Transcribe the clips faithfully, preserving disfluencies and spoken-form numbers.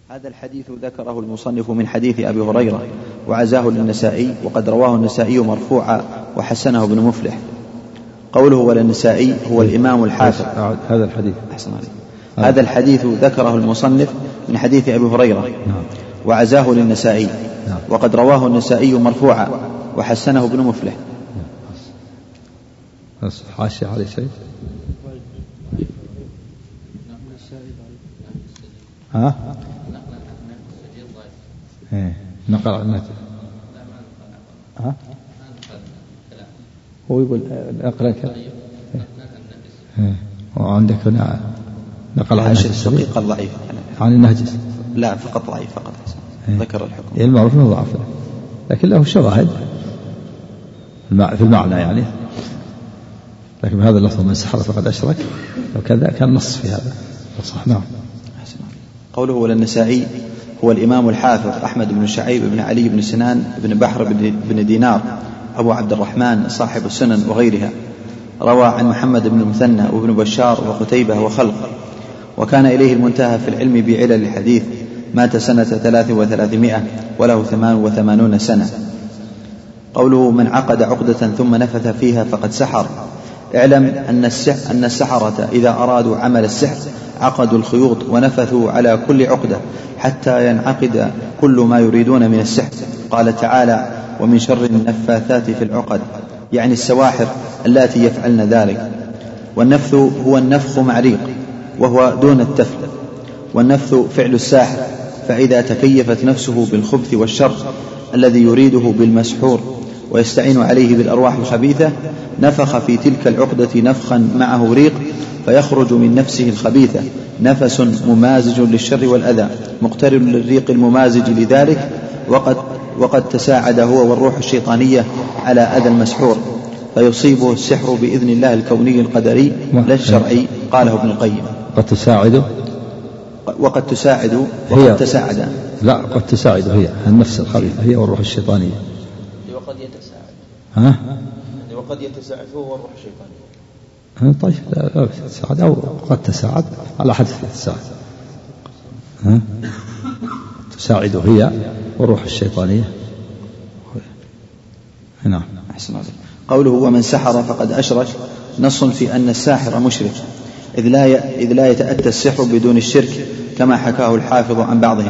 هذا الحديث ذكره المصنف من حديث أبي هريرة وعزاه للنسائي، وقد رواه النسائي مرفوعا وحسنه ابن مفلح. قوله وللنسائي هو الإمام الحافظ. هذا الحديث أحسن عليك. هذا الحديث ذكره المصنف من حديث أبي هريرة وعزاه للنسائي، وقد رواه النسائي مرفوعا وحسنه ابن مفلح. حاشية عليه شيء؟ ها؟ نقل عن النهج. ها؟ هو يقول نقل الكلام. وعندك هنا نقل عن الشقيق الضعيف عن النهج. لا فقط ضعيف فقط. ذكر الحكم. المعروف انه ضعف، لكن له شواهد في المعنى يعني. لكن هذا اللفظ من سحر فقد أشرك وكذا كان نص في هذا صح. نعم. قوله وللنسائي هو الإمام الحافظ أحمد بن شعيب بن علي بن سنان بن بحر بن دينار أبو عبد الرحمن صاحب السنن وغيرها. روى عن محمد بن المثنى وابن بشار وقتيبة وخلق، وكان إليه المنتهى في العلم بعلل الحديث. مات سنة ثلاث وثلاثمائة وله ثمان وثمانون سنة. قوله من عقد عقدة ثم نفث فيها فقد سحر. اعلم أن السحرة إذا أرادوا عمل السحر عقدوا الخيوط ونفثوا على كل عقدة حتى ينعقد كل ما يريدون من السحر. قال تعالى ومن شر النفاثات في العقد، يعني السواحر اللاتي يفعلن ذلك. والنفث هو النفخ مع ريق وهو دون التفل. والنفث فعل الساحر، فإذا تكيفت نفسه بالخبث والشر الذي يريده بالمسحور ويستعين عليه بالأرواح الخبيثة نفخ في تلك العقدة نفخا معه ريق، فيخرج من نفسه الخبيثة نفس ممازج للشر والأذى مقترن للريق الممازج لذلك، وقد, وقد تساعد هو والروح الشيطانية على أذى المسحور، فيصيبه السحر بإذن الله الكوني القدري لا الشرعي. قاله ابن القيم. قد تساعد وقد تساعد وقد تساعد لا قد تساعد هي النفس الخبيثة هي والروح الشيطانية. وقد يتساعد ها؟ وقد يتساعد هو والروح الشيطانية. طيب لا تساعد أو قد تساعد على حد تساعد. ها؟ تساعد هي والروح الشيطانية. نعم. أحسن عليك. قوله ومن سحر فقد أشرك نص في أن الساحر مشرك، إذ لا إذ لا يتأتى السحر بدون الشرك كما حكاه الحافظ عن بعضهم.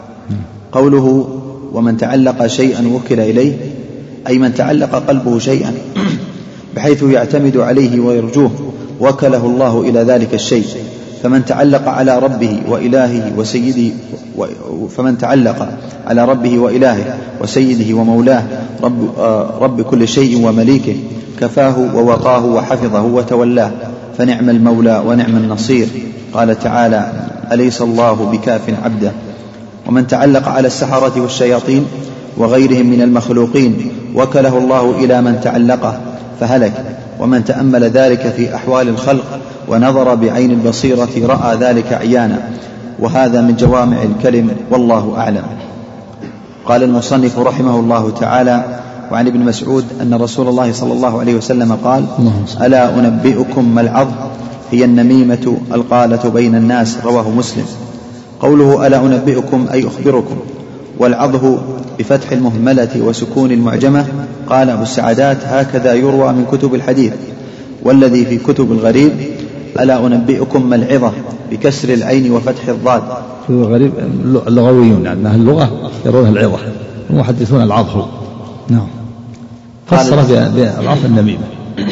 قوله ومن تعلق شيئا وكل إليه، أي من تعلق قلبه شيئا بحيث يعتمد عليه ويرجوه وكله الله إلى ذلك الشيء. فمن تعلق على ربه وإلهه وسيده فمن تعلق على ربه وإلهه وسيده ومولاه رب, رب كل شيء ومليكه كفاه ووقاه وحفظه وتولاه، فنعم المولى ونعم النصير. قال تعالى أليس الله بكاف عبده. ومن تعلق على السحرة والشياطين وغيرهم من المخلوقين وكله الله إلى من تعلقه فهلك. ومن تأمل ذلك في أحوال الخلق ونظر بعين البصيرة رأى ذلك عيانا، وهذا من جوامع الكلم والله أعلم. قال المصنف رحمه الله تعالى وعن ابن مسعود أن رسول الله صلى الله عليه وسلم قال ألا أنبئكم ما العظ، هي النميمة القالة بين الناس. رواه مسلم. قوله ألا أنبئكم أي أخبركم، والعظه بفتح المهملة وسكون المعجمة. قال أبو السعدات هكذا يروى من كتب الحديث، والذي في كتب الغريب ألا أنبئكم ما العظة بكسر العين وفتح الضاد. الغريب اللغويون يعني اللغة يرون العظة، المحدثون العظه. نعم. فسر بالعظ النميمة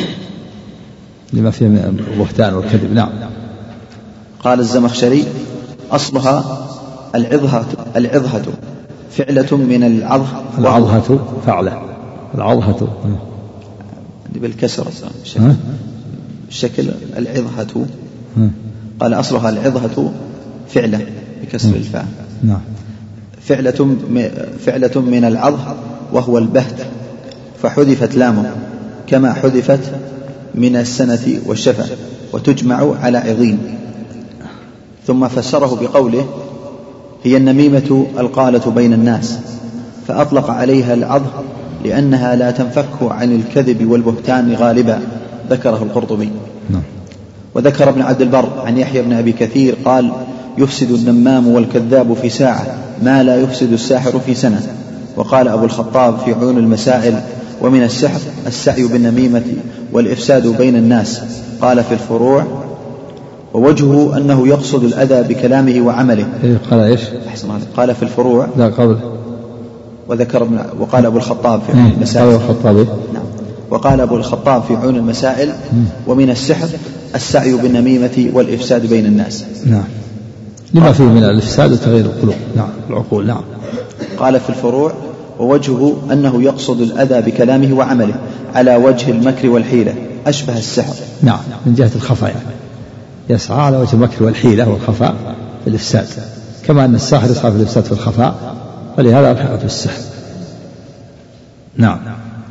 لما فيه من البهتان والكذب. نعم. قال الزمخشري أصلها العظهة العظهة فعلة من العظه. العظهة فعلة العظهة بالكسر الشكل العظهة. قال أصلها العظهة فعلة بكسر الفاء. نعم. فعلة فعلة من العظه وهو البهت، فحذفت لامه كما حذفت من السنة والشفة وتجمع على عظيم. ثم فسره بقوله هي النميمة القالة بين الناس، فأطلق عليها العظ لأنها لا تنفك عن الكذب والبهتان غالبا. ذكره القرطبي. نعم. وذكر ابن عبد البر عن يحيى بن أبي كثير قال يفسد النمام والكذاب في ساعة ما لا يفسد الساحر في سنة. وقال أبو الخطاب في عيون المسائل: ومن السحر السعي بالنميمة والإفساد بين الناس. قال في الفروع: ووجهه أنه يقصد الأذى بكلامه وعمله. قال إيش؟ قال في الفروع لا قبل وذكر ابن وقال أبو الخطاب في عيون المسائل. نعم. وقال أبو الخطاب في عيون المسائل: ومن السحر السعي بالنميمة والإفساد بين الناس. نعم. لما فيه من الإفساد وتغيير القلوب. نعم. العقول. نعم. قال في الفروع: ووجهه أنه يقصد الأذى بكلامه وعمله على وجه المكر والحيلة أشبه السحر. نعم. من جهة الخفاء يعني يسعى على وجه المكر والحيلة والخفاء في الإفساد، كما أن الساحر يسعى في الإفساد في الخفاء، ولهذا الحقت بالسحر. نعم.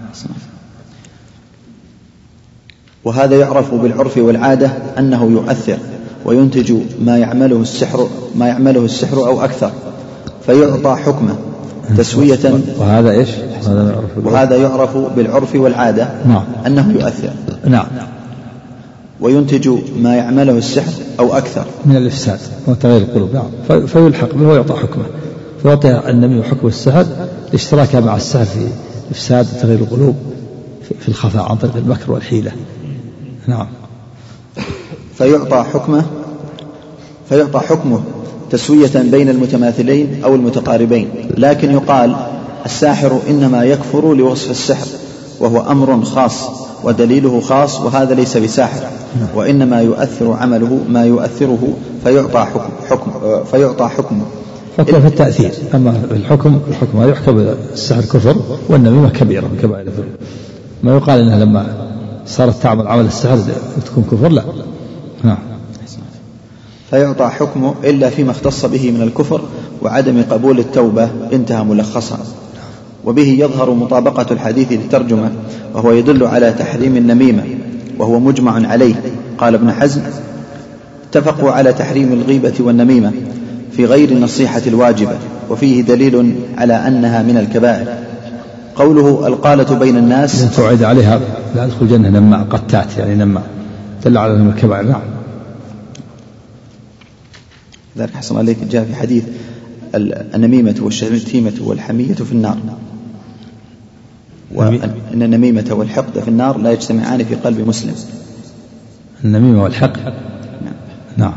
وهذا يعرف بالعرف والعادة أنه يؤثر وينتج ما يعمله السحر ما يعمله السحر أو أكثر، فيعطى حكمه تسوية. وهذا إيش؟ وهذا يعرف بالعرف والعادة نعم. أنه يؤثر. نعم. وينتج ما يعمله السحر أو أكثر من الإفساد وتغيير القلوب. نعم. فيلحق به ويعطى حكمه، فيعطي النبي حكم السحر لاشتراكه مع السحر في إفساد وتغيير القلوب في الخفاء عن طريق المكر والحيلة. نعم. فيعطى حكمه فيعطى حكمه تسوية بين المتماثلين أو المتقاربين. لكن يقال: الساحر إنما يكفر لوصف السحر، وهو أمر خاص ودليله خاص، وهذا ليس بساحر، وإنما يؤثر عمله ما يؤثره فيعطى حكم, حكم فيعطى حكمه. حكم في التأثير، أما الحكم الحكم هذا يحكم السحر كفر والنميمة كبيرة من كبائر الذنوب. ما يقال إنها لما صارت تعمل عمل السحر تكون كفر، لا. نعم. فيعطى حكمه إلا فيما اختص به من الكفر وعدم قبول التوبة. انتهى ملخصا. وبه يظهر مطابقة الحديث للترجمة، وهو يدل على تحريم النميمة، وهو مجمع عليه. قال ابن حزم: اتفقوا على تحريم الغيبة والنميمة في غير النصيحة الواجبة، وفيه دليل على أنها من الكبائر. قوله: القالة بين الناس، إن توعد عليها لا يدخل الجنة نماء قتات، يعني نماء دل على أنها الكبائر. نعم. ذلك حسن عليك جاء في حديث: النميمة والشتيمة والحمية في النار، وأن النميمة والحقد في النار لا يجتمعان في قلب مسلم. النميمة والحقد. نعم. نعم.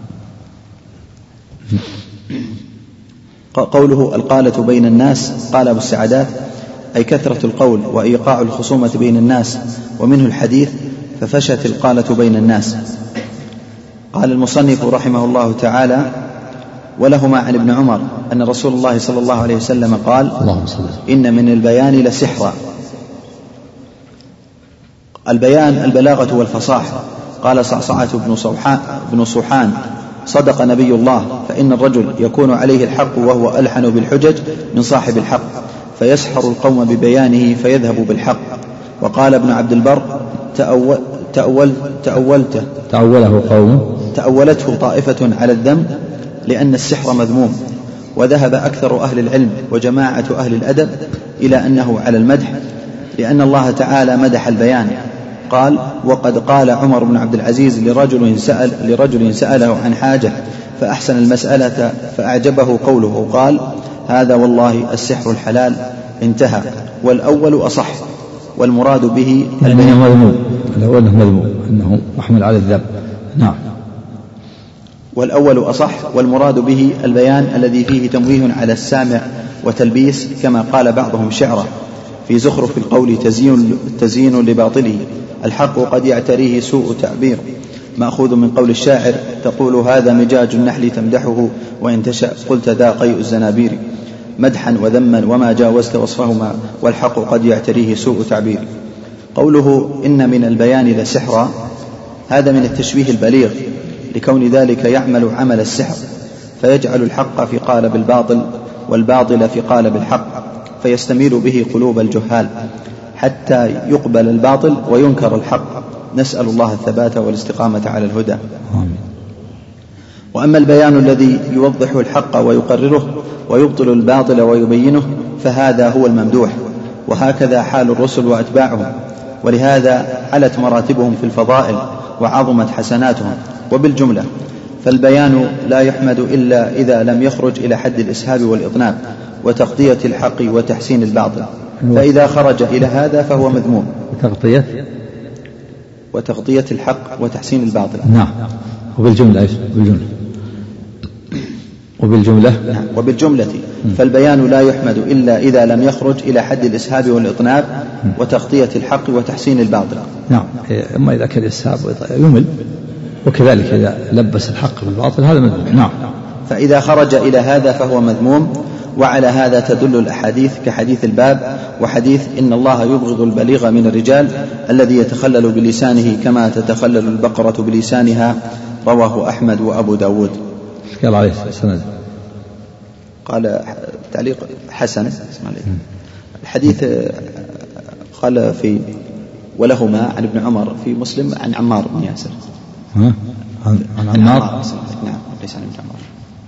قوله: القالة بين الناس، قال أبو السعدات: أي كثرة القول وإيقاع الخصومة بين الناس، ومنه الحديث: ففشت القالة بين الناس. قال المصنف رحمه الله تعالى: ولهما عن ابن عمر أن رسول الله صلى الله عليه وسلم قال: إن من البيان لسحرا. البيان البلاغة والفصاحة. قال صعصعة بن صوحان: صدق نبي الله، فإن الرجل يكون عليه الحق وهو ألحن بالحجج من صاحب الحق، فيسحر القوم ببيانه فيذهب بالحق. وقال ابن عبد البر: تأول تأول تأولته تأوله قوم تأولته طائفة على الذم لأن السحر مذموم، وذهب أكثر أهل العلم وجماعة أهل الأدب إلى أنه على المدح، لأن الله تعالى مدح البيان. قال: وقد قال عمر بن عبد العزيز لرجل سأل لرجل سأله عن حاجة فأحسن المسألة فأعجبه قوله، قال: هذا والله السحر الحلال. انتهى. والأول أصح، والمراد به البيان مذموم. الأول مذموم أنه محمل على الذم. نعم. والأول أصح، والمراد به البيان الذي فيه تمويه على السامع وتلبيس، كما قال بعضهم شعرا في زخرف القول: تزيين, تزيين لباطله، الحق قد يعتريه سوء تعبير، مأخوذ من قول الشاعر: تقول هذا مجاج النحل تمدحه، وإن تشأ قلت ذا قيء الزنابير، مدحا وذما وما جاوزت وصفهما، والحق قد يعتريه سوء تعبير. قوله: إن من البيان لسحرا، هذا من التشبيه البليغ، لكون ذلك يعمل عمل السحر، فيجعل الحق في قالب الباطل والباطل في قالب الحق، فيستميل به قلوب الجهال حتى يقبل الباطل وينكر الحق. نسأل الله الثبات والاستقامة على الهدى. وأما البيان الذي يوضح الحق ويقرره ويبطل الباطل ويبينه، فهذا هو الممدوح، وهكذا حال الرسل وأتباعهم، ولهذا علت مراتبهم في الفضائل وعظمت حسناتهم. وبالجملة فالبيان لا يحمد إلا إذا لم يخرج إلى حد الإسهاب والإطناب وتغطية الحق وتحسين الباطل، فإذا خرج إلى هذا فهو مذموم. وتغطية وتغطية الحق وتحسين الباطل. نعم. وبالجملة إيش؟ بالجملة. وبالجملة. نعم. وبالجملة فالبيان لا يحمد إلا إذا لم يخرج إلى حد الإسهاب والإطناب وتغطية الحق وتحسين الباطل. نعم. أما إذا كان الإسهاب يمل، وكذلك إذا لبس الحق بالباطل هذا مذموم. نعم. فإذا خرج إلى هذا فهو مذموم. وعلى هذا تدل الأحاديث كحديث الباب وحديث إن الله يبغض البليغ من الرجال الذي يتخلل بلسانه كما تتخلل البقرة بلسانها، رواه أحمد وأبو داود. قال عليه السند قال تعليق حسن. الحديث قال في ولهما عن ابن عمر في مسلم عن عمار بن ياسر. ها؟ عن, عن عمار. نعم ليس عن ابن عمر.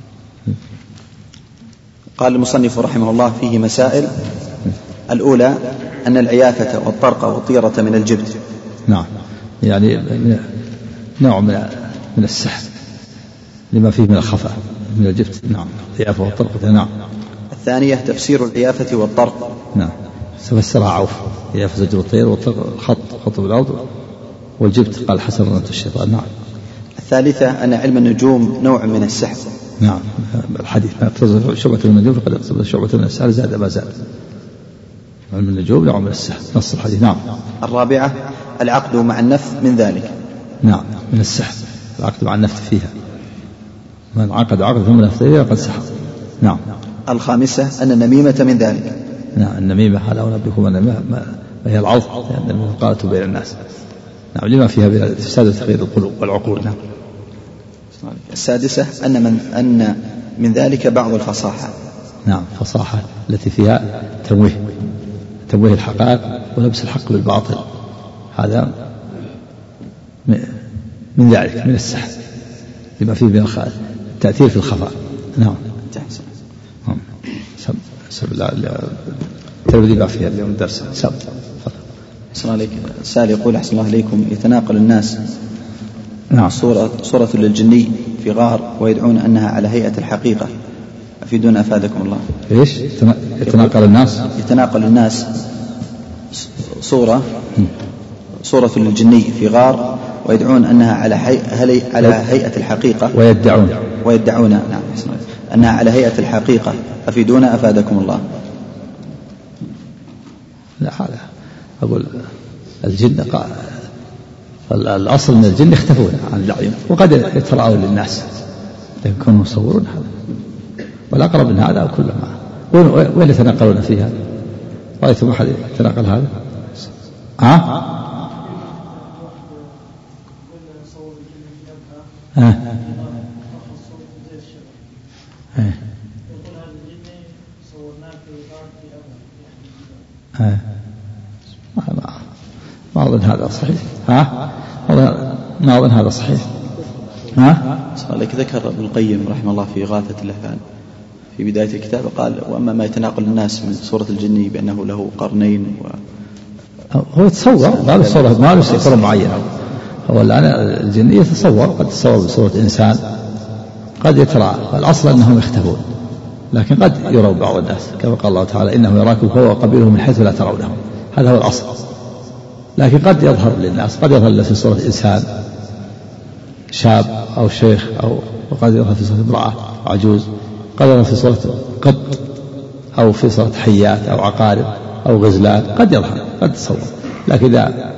قال المصنف رحمه الله فيه مسائل. الأولى أن العيافة والطرق والطيرة من الجبت. نعم، يعني نوع من من السحر لما فيه من الخفاء من الجبت. نعم. العيافة والطرق. نعم. الثانية تفسير العيافة والطرق. نعم. تفسرها عوف. عيافة زجر الطير والطرق الخط خط بالأرض، والجبت قال حسن رمة الشيطان. نعم. الثالثة أن علم النجوم نوع من السحر. نعم. الحديث ما اقتضى شعبة من النجوم فقد اقتضى شعبة من السحر زاد ما زاد. علم النجوم نوع من السحر، نص الحديث. نعم. الرابعة العقد مع النفث من ذلك. نعم، من السحر العقد مع النفث فيها، من عقد عقد ثم نفث فيها قد سحر. نعم. الخامسة أن النميمة من ذلك. نعم. النميمة هذا أنبئكم النميمة ما هي العوض، لأن النميمة قالت بين الناس. نعم. لما فيها من الفساد وتغيير القلوب والعقول. نعم. السادسة أن من أن من ذلك بعض الفصاحة. نعم. فصاحة التي فيها تمويه تمويه الحقائق ولبس الحق بالباطل، هذا من ذلك من السحر لما فيه من التأثير في الخفاء. نعم. سب الله الترمذي ما فيها اليوم درس سب. صلى عليك. سائل يقول أحسن الله إليكم يتناقل الناس نعم. صورة صورة للجني في غار ويدعون أنها على هيئة الحقيقة، أفيدون أفادكم الله. إيش يتناقل الناس؟ يتناقل الناس صورة صورة للجني في غار ويدعون أنها على هي على هيئة الحقيقة ويدعون ويدعون نعم أنها على هيئة الحقيقة، أفيدون أفادكم الله. لا هذا أقول الجن قال الأصل من الجن يختفون عن الأعين وقد يتراءون للناس يكونوا يصورون هذا، والأقرب من هذا كل ما وين يتناقلون فيها؟ رأيتم أحد يتناقل هذا؟ ها؟ ها؟ ها؟ ما أظن هذا صحيح. ها؟ ما أظن هذا صحيح. ها؟ لك ذكر ابن القيم رحمه الله في إغاثة اللهفان في بداية الكتاب قال وأما ما يتناقل الناس من صورة الجني بأنه له قرنين و... هو يتصور ما له صورة ما له صورة معينة. هو الآن الجني يتصور قد يتصور بصورة إنسان قد يترى، الأصل أنهم يختفون لكن قد يروا بعض الناس كما قال الله تعالى إنه يراكم هو وقبيله من حيث لا ترونهم، هذا هو الأصل. لكن قد يظهر للناس قد يظهر في صورة إنسان شاب أو شيخ أو وقد يظهر في صورة امرأة عجوز، قد يظهر في صورة قط أو في صورة حيات أو عقارب أو غزلان، قد يظهر قد تصور. لكن إذا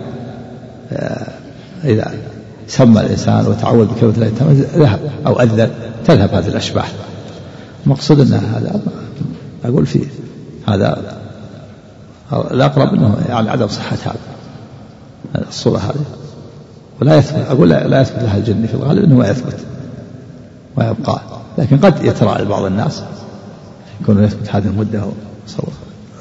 إذا سمى الإنسان وتعود بكلمة الله تعالى ذهب أو أذن تذهب هذه الأشباح. المقصود أن هذا أقول فيه هذا الأقرب أنه يعني عدم صحة هذا الصورة هذه، ولا يثبت أقول لا يثبت لها الجن في الغالب أنه ما يثبت ويبقى، لكن قد يترى بعض الناس يكون يثبت هذه المدة وصور.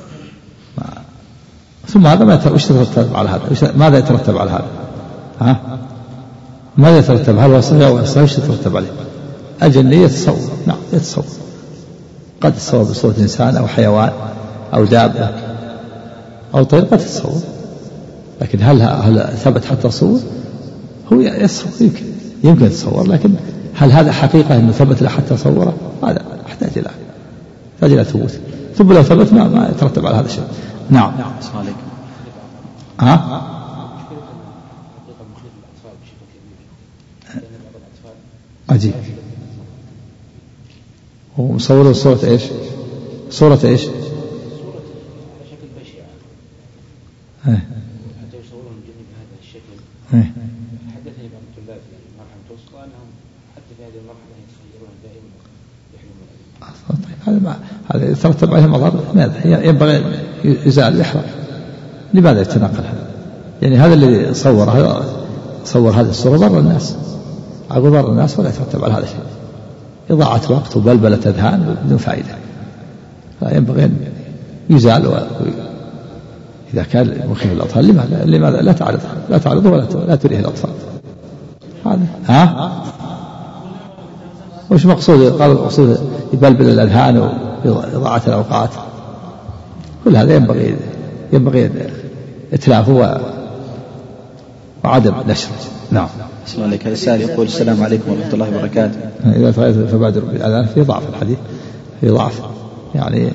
ثم هذا ما وش يترتب على هذا؟ ماذا يترتب على هذا؟ ها؟ ماذا يترتب؟ هل هو صحيح أو صحيح؟ وش يترتب عليه؟ الجن يتصور. نعم يتصور، قد يتصور بصورة إنسان أو حيوان أو دابة أو طير قد يتصور، لكن هل هل ثبت حتى صور؟ هو يتصور يمكن يمكن يتصور، لكن هل هذا حقيقة أنه ثبت له حتى صوره؟ هذا يحتاج إلى يحتاج إلى ثبوت، ثم لو ثبت ما, ما يترتب على هذا الشيء. نعم. ها؟ عجيب. ومصوره صورة إيش؟ صورة إيش؟ صورة على شكل بشعة. حتى يصورون الجن بهذا الشكل. حدثني بعض الطلاب في المرحلة المتوسطة أنهم حتى في هذه المرحلة يتخيرون دائما يحلمون. طيب هذا هذا يترتب عليه مضار. ماذا؟ ينبغي يزال الإحراج. لماذا يتناقل هذا؟ يعني هذا الذي صور هذا صور هذه الصورة ضر الناس، عقب ضر الناس ولا يترتب على هذا الشيء، إضاعة وقت وبلبلة أذهان بدون فائدة. فينبغي أن يزال و... إذا كان مخيف الأطفال لماذا لماذا لا تعرض لا تعرضه ولا لا تريه الأطفال. هذا ها وش مقصود؟ قال المقصود يبلبل الأذهان وإضاعة الأوقات. كل هذا ينبغي ينبغي إتلافه و... وعدم نشره. نعم. بسم الله. هذا السائل يقول السلام عليكم ورحمة الله وبركاته. إذا تغير فبادر بالأذان في ضعف الحديث، في ضعف يعني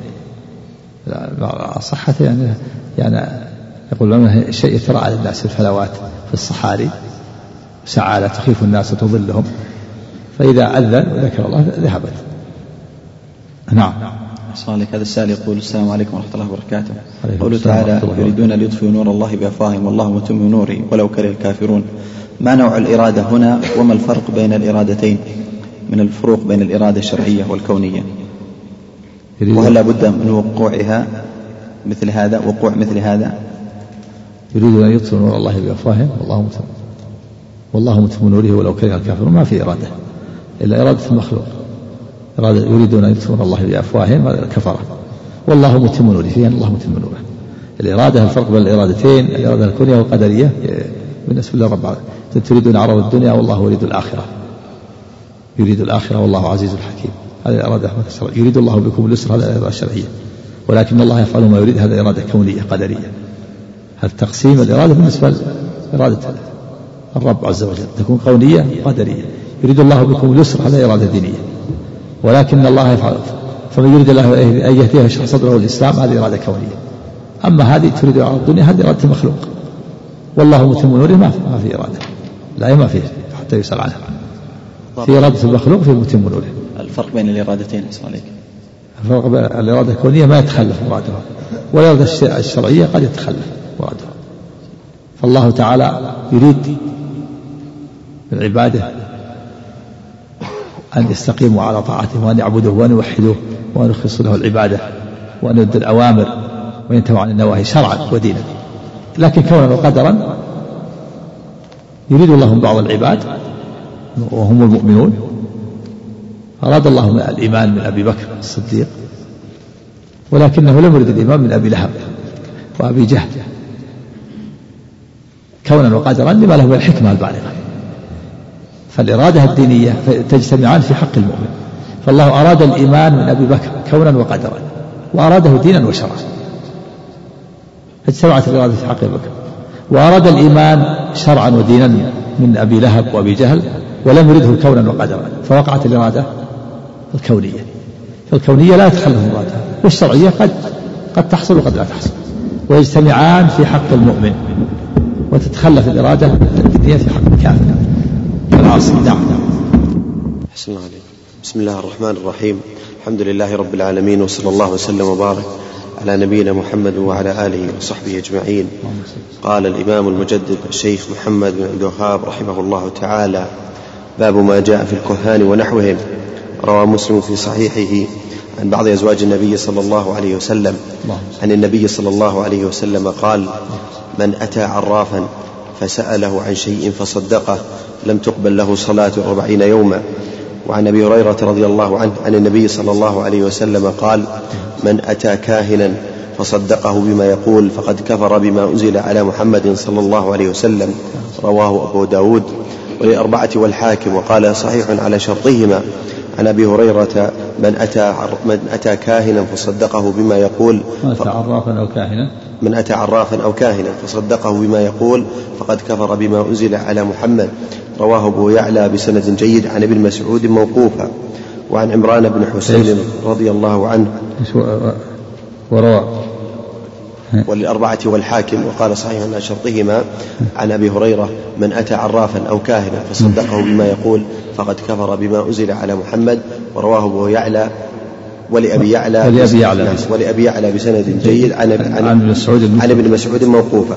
صحته يعني يعني يقول شيء يترى على الناس في الفلوات في الصحاري سعالة تخيف الناس وتظلهم، فإذا أذن وذكر الله ذهبت. نعم. صالح. هذا السائل يقول السلام عليكم ورحمة الله وبركاته. قوله تعالى يريدون ليطفئوا نور الله بأفواههم والله متم نوره ولو كره الكافرون. ما نوع الإرادة هنا وما الفرق بين الإرادتين من الفروق بين الإرادة الشرعية والكونية؟ وهل لابد من وقوعها مثل هذا وقوع مثل هذا؟ يريدون أن يطفئوا نور الله بأفواههم والله متم والله متم نوره ولو كره الكافرون. ما في إرادة إلا إرادة المخلوق. إرادة يريدون أن يطفئوا نور الله بأفواههم هذا كفرة، والله متم نوره فيه الله متم نوره. الإرادة الفرق بين الإرادتين الإرادة الكونية والقدرية بالنسبة للرب العالمين. تريدون عرض الدنيا والله يريد الآخرة، يريد الآخرة والله عزيز حكيم. هذه الإرادة الشرعية. يريد الله بكم اليسر هذا الإرادة الشرعية، ولكن الله يفعل ما يريد هذا إرادة كونية قدرية. هذا تقسيم الإرادة بالنسبة لإرادة الرب عز وجل تكون كونية قدرية. يريد الله بكم اليسر هذا إرادة دينية، ولكن الله يفعل فمن يريد الله أن يهديه يشرح صدره الإسلام هذه إرادة كونية. أما هذه تريد عرض الدنيا هذه إرادة المخلوق، والله متم نوره ما في إرادة لا ما فيه حتى يسأل عنها. في إرادة المخلوق في متم نوره. الفرق بين الإرادتين أسمع عليك. الفرق بين الإرادة الكونية ما يتخلف مرادها، والإرادة الشرعية قد يتخلف مرادها. فالله تعالى يريد من عباده أن يستقيموا على طاعته وأن يعبدوه وأن يوحدوه وأن يخلصوا له العبادة وأن يؤدوا الأوامر وينتهوا عن النواهي شرعا ودينا. لكن كونا وقدرا يريد الله من بعض العباد وهم المؤمنون. أراد الله من الإيمان من أبي بكر الصديق، ولكنه لم يرد الإيمان من أبي لهب وأبي جهل كونا وقدرا لما له من الحكمة البالغة. فالإرادة الدينية تجتمعان في حق المؤمن. فالله أراد الإيمان من أبي بكر كونا وقدرا وأراده دينا وشرعا، اجتمعت الإرادة في حق أبي بكر. وأراد الإيمان شرعا ودينا من أبي لهب وأبي جهل ولم يرده كونا وقدرا، فوقعت الإرادة الكونية. فالكونية لا يتخلف مرادها، والشرعية قد قد تحصل وقد لا تحصل، ويجتمعان في حق المؤمن، وتتخلف الإرادة الدينية في حق الكافر العاصي. نعم. بسم الله عليكم. بسم الله الرحمن الرحيم. الحمد لله رب العالمين، وصلى الله وسلم وبارك على نبينا محمد وعلى آله وصحبه أجمعين. قال الإمام المجدد الشيخ محمد بن عبد الوهاب رحمه الله تعالى: باب ما جاء في الكهان ونحوهم. روى مسلم في صحيحه عن بعض أزواج النبي صلى الله عليه وسلم عن النبي صلى الله عليه وسلم قال: من أتى عرافا فسأله عن شيء فصدقه لم تقبل له صلاة أربعين يوما. وعن أبي هريرة رضي الله عنه عن النبي صلى الله عليه وسلم قال: من أتى كاهنا فصدقه بما يقول فقد كفر بما أنزل على محمد صلى الله عليه وسلم. رواه أبو داود وللأربعة والحاكم، وقال صحيح على شرطهما. عن أبي هريرة: من أتى, من أتى كاهنا فصدقه بما يقول من أتى عرافا أو كاهنا من أتى عرافا أو كاهنا فصدقه بما يقول فقد كفر بما أنزل على محمد. رواه أبو يعلى بسند جيد عن ابن مسعود موقوفا. وعن عمران بن حسين رضي الله عنه وروى وللأربعة والحاكم وقال صحيح على شرطهما عن أبي هريرة من أتى عرافا أو كاهنا فصدقه بما يقول فقد كفر بما أنزل على محمد. ورواه أبو يعلى ولأبي يعلى ولأبي يعلى, ولأبي يعلى بسند جيد عن, عن, عن ابن مسعود موقوفا.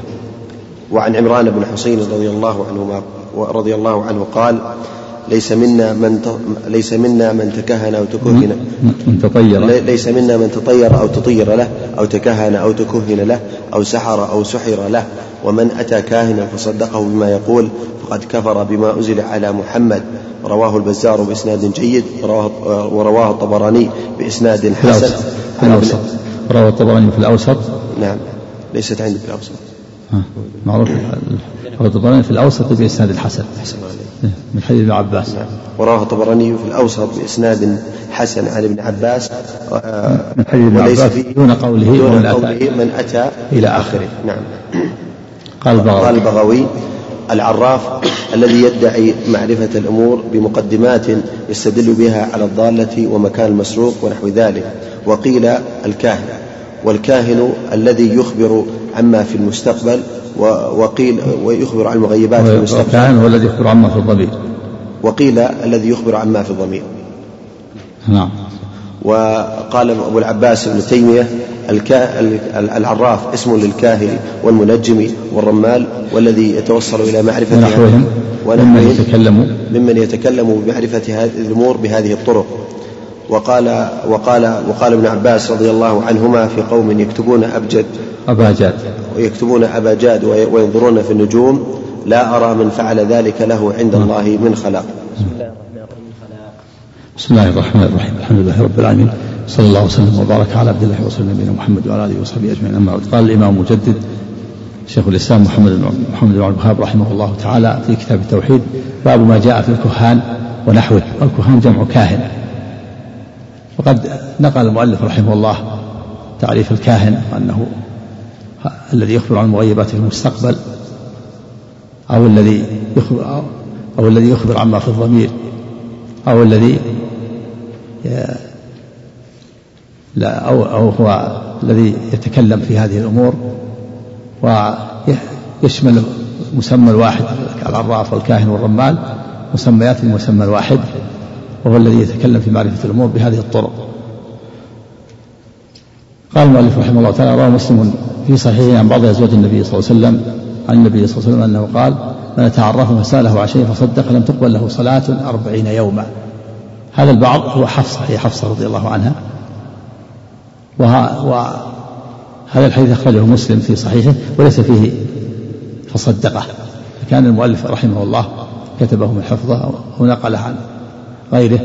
وعن عمران بن حسين رضي الله عنه رضي الله عنه قال ليس منا من ليس منا من تكهن أو تكهن من تطير ليس منا من تطير أو تطير له أو تكهن أو تكهن له أو سحر أو سحر له. ومن أتى كاهنا فصدقه بما يقول فقد كفر بما أنزل على محمد. رواه البزار بإسناد جيد ورواه الطبراني بإسناد حسن في الأوسط. رواه الطبراني في الأوسط. نعم ليست عندي في الأوسط معروف. رواه الطبراني في الأوسط بإسناد الحسن من حديث ابن عباس. نعم. ورواه الطبراني في الأوسط بإسناد حسن عن ابن عباس من حديث ابن عباس دون قوله, دون قوله من أتى إلى آخره. نعم. قال قال البغوي العراف الذي يدعي معرفة الأمور بمقدمات يستدل بها على الضالة ومكان المسروق ونحو ذلك. وقيل الكاهن والكاهن الذي يخبر عما في المستقبل وقيل ويخبر عن المغيبات في المستقبل. الكاهن هو الذي يخبر عما في الضمير. وقيل الذي يخبر عما في الضمير. نعم. وقال أبو العباس ابن تيمية العراف اسم للكاهن والمنجم والرمال والذي يتوصل إلى معرفة ونحوهم ممن يتكلم ممن يتكلم بمعرفة هذه الأمور بهذه الطرق. وقال وقال وقال ابن عباس رضي الله عنهما في قوم يكتبون أبجد أباجاد ويكتبون أباجاد وينظرون في النجوم لا أرى من فعل ذلك له عند الله من خلاق. بسم الله الرحمن الرحيم. الحمد لله رب العالمين صلى الله وسلم وبارك على عبد الله ورسوله نبينا محمد وعلى اله وصحبه اجمعين. اما بعد. قال الامام المجدد شيخ الاسلام محمد محمد بن عبد الوهاب رحمه الله تعالى في كتاب التوحيد باب ما جاء في الكهان ونحوه. والكهان جمع كاهن. وقد نقل المؤلف رحمه الله تعريف الكاهن أنه الذي يخبر عن مغيبات في المستقبل أو الذي يخبر أو الذي يخبر عما في الضمير أو الذي لا أو, أو هو الذي يتكلم في هذه الأمور ويشمل مسمى الواحد العراف والكاهن والرمال مسميات المسمى الواحد وهو الذي يتكلم في معرفة الأمور بهذه الطرق. قال المؤلف رحمه الله تعالى رواه مسلم في صحيحه عن بعض أزواج النبي صلى الله عليه وسلم عن النبي صلى الله عليه وسلم أنه قال من تعرف فسأله عن شيء فصدق لم تقبل له صلاة أربعين يوما. هذا البعض هو حفصة هي حفصة رضي الله عنها. وهذا الحديث أخرجه مسلم في صحيحه وليس فيه فصدقه. فكان المؤلف رحمه الله كتبه من حفظه ونقله عن غيره.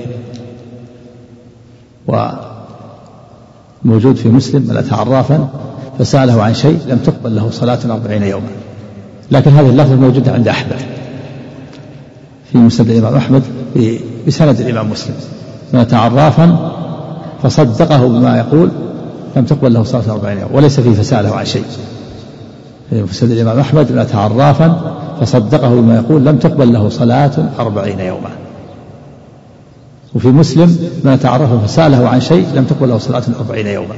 وموجود في مسلم من أتى عرافا فسأله عن شيء لم تقبل له صلاة أربعين يوما. لكن هذه اللفظة موجودة عند أحمد في مسند الإمام أحمد بسند الإمام مسلم من أتى عرافا فصدقه بما يقول لم تقبل له صلاة أربعين يوما وليس فيه فسأله عن شيء. في مسند الإمام أحمد من أتى عرافا فصدقه بما يقول لم تقبل له صلاة أربعين يوما. وفي مسلم من تعرف فسأله عن شيء لم تقبل له صلاة أربعين يوما.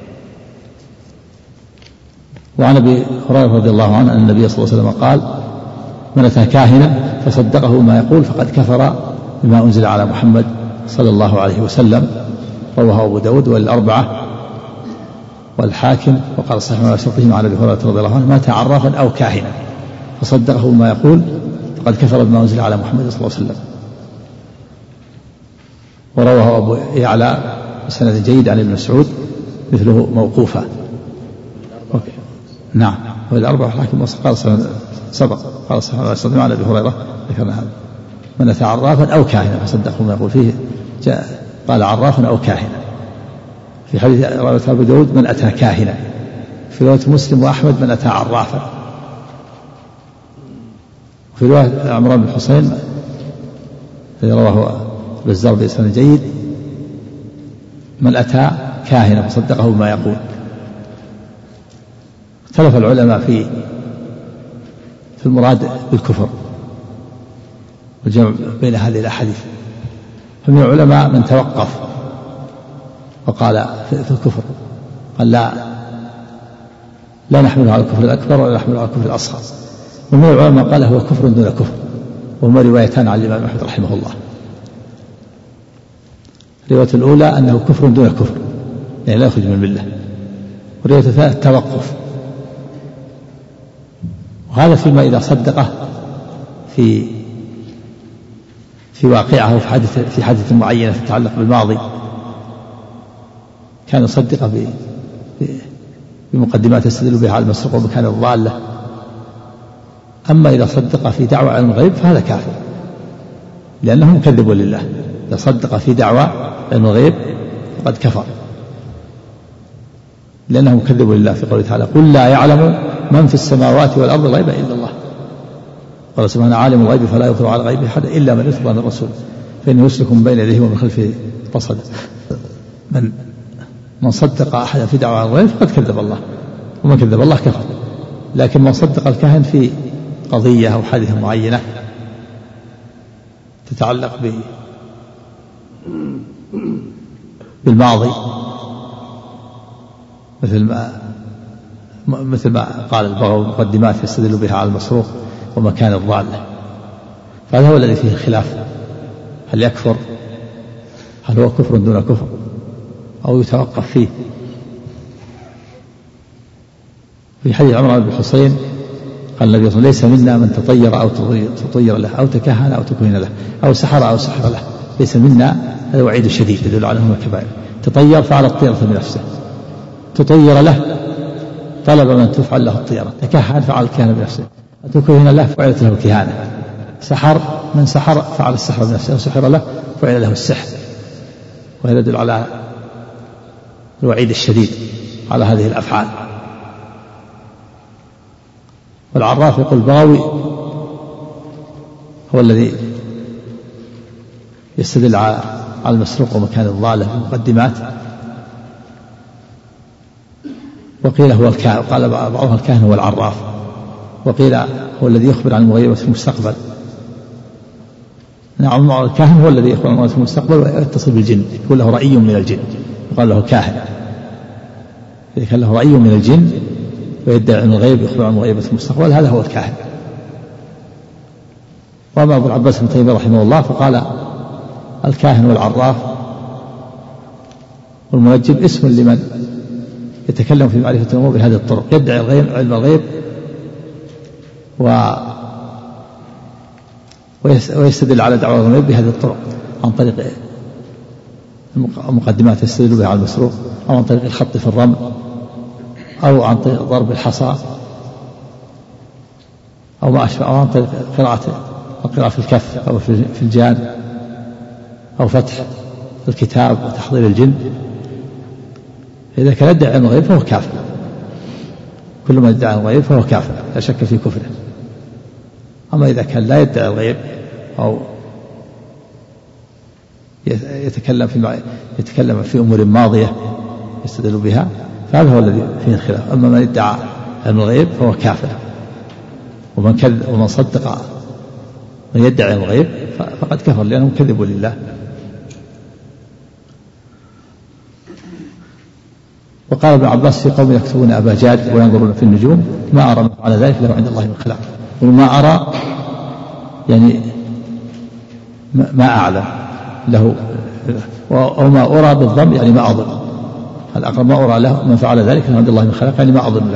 وعن أبي هريرة رضي الله عنه أن النبي صلى الله عليه وسلم قال من أتى كاهنا فصدقه ما يقول فقد كفر بما أنزل على محمد صلى الله عليه وسلم. رواه أبو داود والأربعة والحاكم وقال صحيح على شرطهما عن أبي هريرة رضي الله عنه ما تعرفا أو كاهنا فصدقه ما يقول فقد كفر بما أنزل على محمد صلى الله عليه وسلم. ورواه أبو يعلى بسند جيد عن ابن مسعود مثله موقوفا. نعم والأربعة الحاكم قال سبق قال صحيح على شرطهما عن أبي هريرة ذكرنا هذا من أتى عرافا أو كاهنا فصدقه ما يقول فيه جاء قال عرافا أو كاهنا. في حديث رواية أبو داود من أتى كاهنا. في رواية مسلم وأحمد من أتى عرافا. في رواية عمران بن حسين الذي رواه البزار بإسناد جيد من أتى كاهنا فصدقه بما يقول. اختلف العلماء في في المراد بالكفر والجمع بين هذه الأحاديث. فمن العلماء من توقف وقال في الكفر، قال لا لا نحمله على الكفر الأكبر ولا نحمله على الكفر الأصغر. ومن العلماء قال هو كفر دون كفر، وهما روايتان عن الإمام أحمد رحمه الله. الرواية الأولى أنه كفر دون كفر، يعني لا يخرج من الملة. والرواية الثانية التوقف، وهذا فيما إذا صدقه في في واقعه في حادث في حادثة معينة تتعلق بالماضي، كان يصدق بمقدمات يستدل بها على المسروق ومكان الضالة. أما إذا صدق في دعوى علم الغيب فهذا كافر، لأنه مكذب لله. إذا صدق في دعوى علم الغيب فقد كفر، لأنه مكذب لله في قوله تعالى قل لا يعلم من في السماوات والأرض الغيب إلا الله. قال سبحانه عالم الغيب فلا يظهر على الغيب أحد إلا من يرتضى من الرسول فإنه يسلك من بين يديه ومن خلفه رصدا. من من صدق أحدا في دعوى الغيب فقد كذب الله، ومن كذب الله كفر. لكن من صدق الكاهن في قضية أو حادثة معينة تتعلق ب بالماضي، مثل ما مثل ما قال البغوي مقدمات يستدل بها على المسروق ومكان الضالة، فهذا هو الذي فيه الخلاف، هل يكفر، هل هو كفر دون كفر أو يتوقف فيه. في حديث عمران بن الحصين قال النبي صلى الله عليه وسلم ليس منا من تطير أو تطير له أو تكهن أو تكهن له أو سحر أو سحر له، ليس منا. هذا وعيد شديد يدل على أنه كبائر. تطير فعل الطيرة بنفسه، تطير له طلب من تفعل له الطيرة، تكهن فعل الكهنة بنفسه، تكهن له فعلت له الكهانة، سحر من سحر فعل السحر بنفسه، وسحر له فعل له السحر. وهذا يدل على الوعيد الشديد على هذه الأفعال. والعراف يقول البغوي هو الذي يستدل على المسروق ومكان الضالة في المقدمات. وقيل هو الكاهن، قال بعضهم الكاهن هو العراف، وقيل هو الذي يخبر عن المغيبات في المستقبل. نعم الكاهن هو الذي يخبر عن المغيبات في المستقبل ويتصل بالجن، يقول له رأي من الجن يقال له كاهن. إذا كان له رأي من الجن ويدعي عن الغيب يخبر عن المغيبات في المستقبل هذا هو الكاهن. وأما أبو العباس بن تيمية رحمه الله فقال الكاهن والعراف والمنجم اسم لمن يتكلم في معرفة الأمور بهذه الطرق، يدعي الغيب علم الغيب و ويستدل على دعوى الغيب بهذه الطرق، عن طريق المقدمات يستدل بها على المسروق، أو عن طريق الخط في الرمل، أو عن طريق ضرب الحصى، أو ما أشبه، أو عن طريق قراءة القراءة في الكف أو في الجان، أو فتح الكتاب وتحضير الجن. إذا كان يدعي علم الغيب فهو كافر، كل من يدعي الغيب فهو كافر لا شك في كفره. أما إذا كان لا يدعي الغيب أو يتكلم في يتكلم في أمور ماضية يستدل بها فهذا هو الذي فيه الخلاف. أما من ادعى علم الغيب فهو كافر، ومن كذب ومن صدق من يدعي علم الغيب فقد كفر لأنه كذب لله. وقال ابن عباس في قوم يكتبون أبا جاد وينظرون في النجوم ما أرى على ذلك له عند الله من خلاق. وما أرى يعني ما أعلم له، أو ما أرى بالضم يعني ما أظن، الأقرب ما أرى له من فعل ذلك له عند الله من خلاق يعني ما أظن له.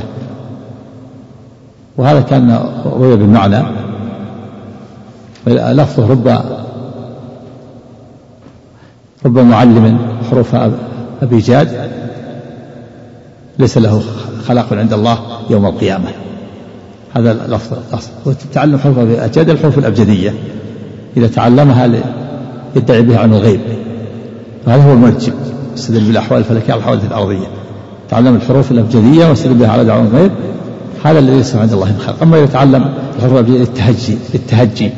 وهذا كان روي بالمعنى. لفظه رب رب معلم حروف أبي جاد ليس له خلاق عند الله يوم القيامة، هذا لفظ الأصل. وتتعلم حروف أبي جاد الحروف الأبجدية إذا تعلمها يدعي بها عن الغيب، هذا هو المرجع يستدل بالأحوال الفلكية على الحوادث الأرضية. تعلم الحروف الأبجدية واستدل بها على دعوى الغيب، هذا الذي ليس عند الله من خلق. أما إذا تعلم الحروف الأبجدية للتهجي للتهجي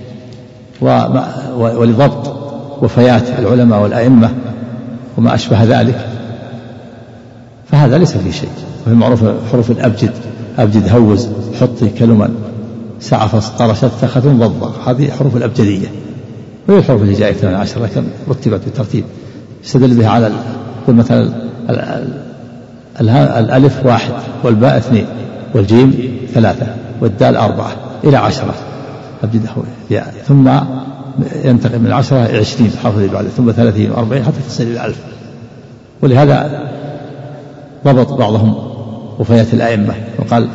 ولضبط وفيات العلماء والأئمة وما أشبه ذلك فهذا ليس فيه شيء. وهي معروف حروف الأبجد أبجد هوز حطي كلما سعف قرشت ثخة ضضة، هذه حروف الأبجدية، وهي الحروف اللي جاءت من عشر لكن رتبت بالترتيب. يستدل بها على مثلا الألف واحد والباء اثنين والجيم ثلاثة والدال أربعة إلى عشرة أبجد هوز، ثم ينتقل من عشرة إلى عشرين الحرف اللي بعده، ثم ثلاثين وأربعين حتى تصل إلى ألف. ولهذا ضبط بعضهم وفيات الأئمة وقال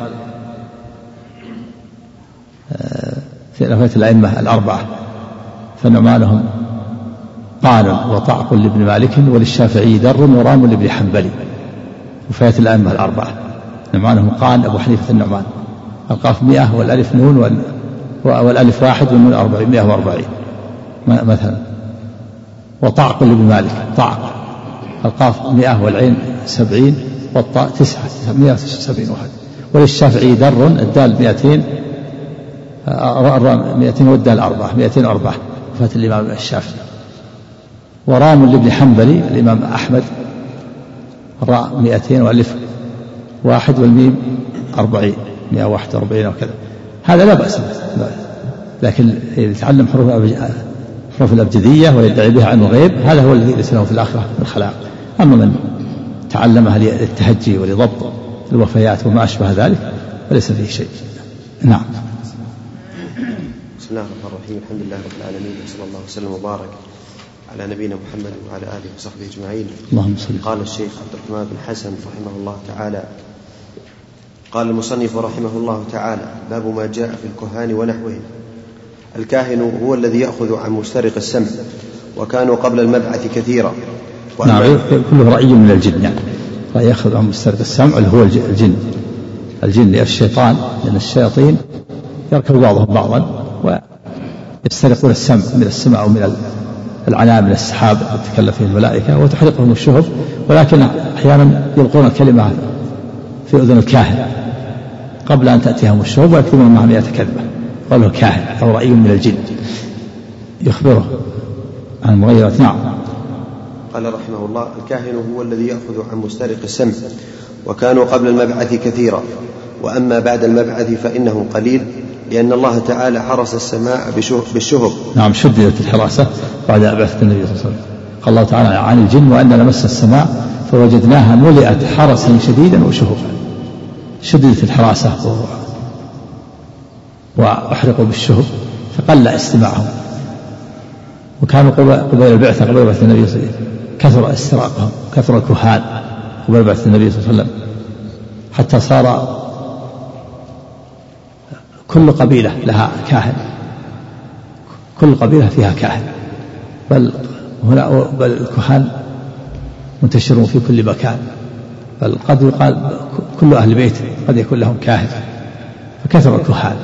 في وفيات الأئمة الأربعة فنعمانهم قال وطعق لابن مالك وللشافعي در ورام لابن حنبل. وفيات الأئمة الأربعة نعمانهم قال أبو حنيفة النعمان القاف مئة والألف نون والألف واحد والنون أربعين مئة وأربعين مثلا. وطعق لابن مالك طعق القاف مئة والعين سبعين والطاء تسعة مئة وسبعين واحد. وللشافعي در الدال مئتين مئتين والدال أربعة مئتين وأربعة وفاة الإمام الشافعي. ورام لابن حنبلي الإمام أحمد الراء مئتين والألف واحد والميم أربعين مئة واحد وأربعين وكذا. هذا لا بأس، لكن يتعلم حروف حروف الأبجدية ويدعي بها عنه غيب هذا هو الذي ليس له في الآخرة الخلاق. أما من تعلمها للتهجي ولضبط الوفيات وما أشبه ذلك فليس فيه شيء. نعم. بسم الله الرحمن الرحيم، الحمد لله رب العالمين، وصلى الله وسلم وبارك على نبينا محمد وعلى آله وصحبه أجمعين. اللهم صل. قال الشيخ عبد الرحمن بن حسن رحمه الله تعالى: قال المصنف رحمه الله تعالى: باب ما جاء في الكهان ونحوهم. الكاهن هو الذي يأخذ عن مسترق السمع، وكانوا قبل المبعث كثيرا. نعم، كله رأي من الجن، يعني رأي يأخذ عن مسترق السمع اللي هو الجن الجن الشيطان، لأن الشياطين يركب بعضهم بعضا ويسترقون السمع من السماء أو من العنان من السحاب تتكلم فيه الملائكة وتحرقهم الشهب، ولكن أحيانا يلقون الكلمة في أذن الكاهن قبل أن تأتيهم الشهب ويكتبون معها مئة كذبة. قاله كاهن أو رأي من الجن يخبره عن المغيرات. نعم. قال رحمه الله: الكاهن هو الذي يأخذ عن مسترق السمع، وكانوا قبل المبعث كثيرا، وأما بعد المبعث فإنهم قليل، لأن الله تعالى حرس السماء بالشهب. نعم، شددت الحراسة بعد بعثة النبي صلى الله عليه وسلم. قال الله تعالى عن الجن: وأن لمس السماء فوجدناها ملئت حرسا شديدا وشهبا. شددت الحراسة وأحرقوا بالشهب فقل استماعهم، وكانوا قبل البعثة قبل بعثة النبي صلى الله عليه وسلم كثر استراقهم، كثر الكهان قبل بعثة النبي صلى الله عليه وسلم، حتى صار كل قبيلة لها كاهن، كل قبيلة فيها كاهن، بل هنا بل الكهان منتشرون في كل مكان، بل قد يقال كل أهل بيت قد يكون لهم كاهن، فكثر الكهان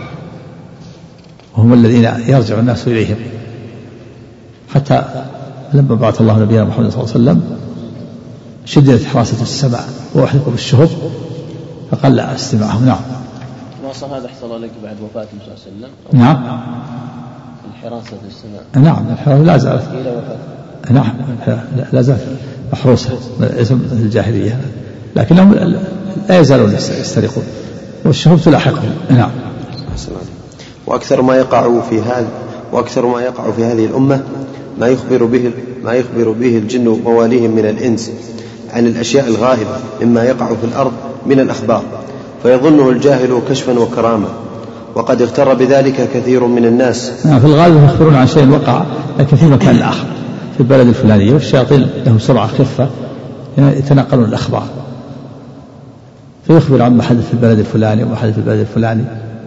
وهم الذين يرجع الناس إليهم، حتى لما بعث الله نبينا محمد صلى الله عليه وسلم شددت حراسة السماء وأحرقوا بالشهب فقل استماعهم. نعم. واصل هذا حصل لك بعد وفاة النبي صلى الله عليه وسلم؟ نعم. الحراسة السماء. نعم، الحراسة لا زالت. إلى وفاة. نعم، لا زالت محروسة اسم الجاهلية، لكنهم لا يزالون يسترقون والشهب تلاحقهم. نعم. وأكثر ما يقع في هذا وأكثر ما يقع في هذه الأمة ما يخبر به ما يخبر به الجن مواليهم من الإنس عن الأشياء الغائبة مما يقع في الأرض من الأخبار، فيظنه الجاهل كشفا وكرامة، وقد اغتر بذلك كثير من الناس. في الغالب يخبرون عن شيء وقع لكن في مكان آخر في البلد الفلاني، والشياطين لهم سرعة خفة يتنقلون الأخبار، فيخبر عن ما حدث في البلد الفلاني وما حدث في البلد الفلاني،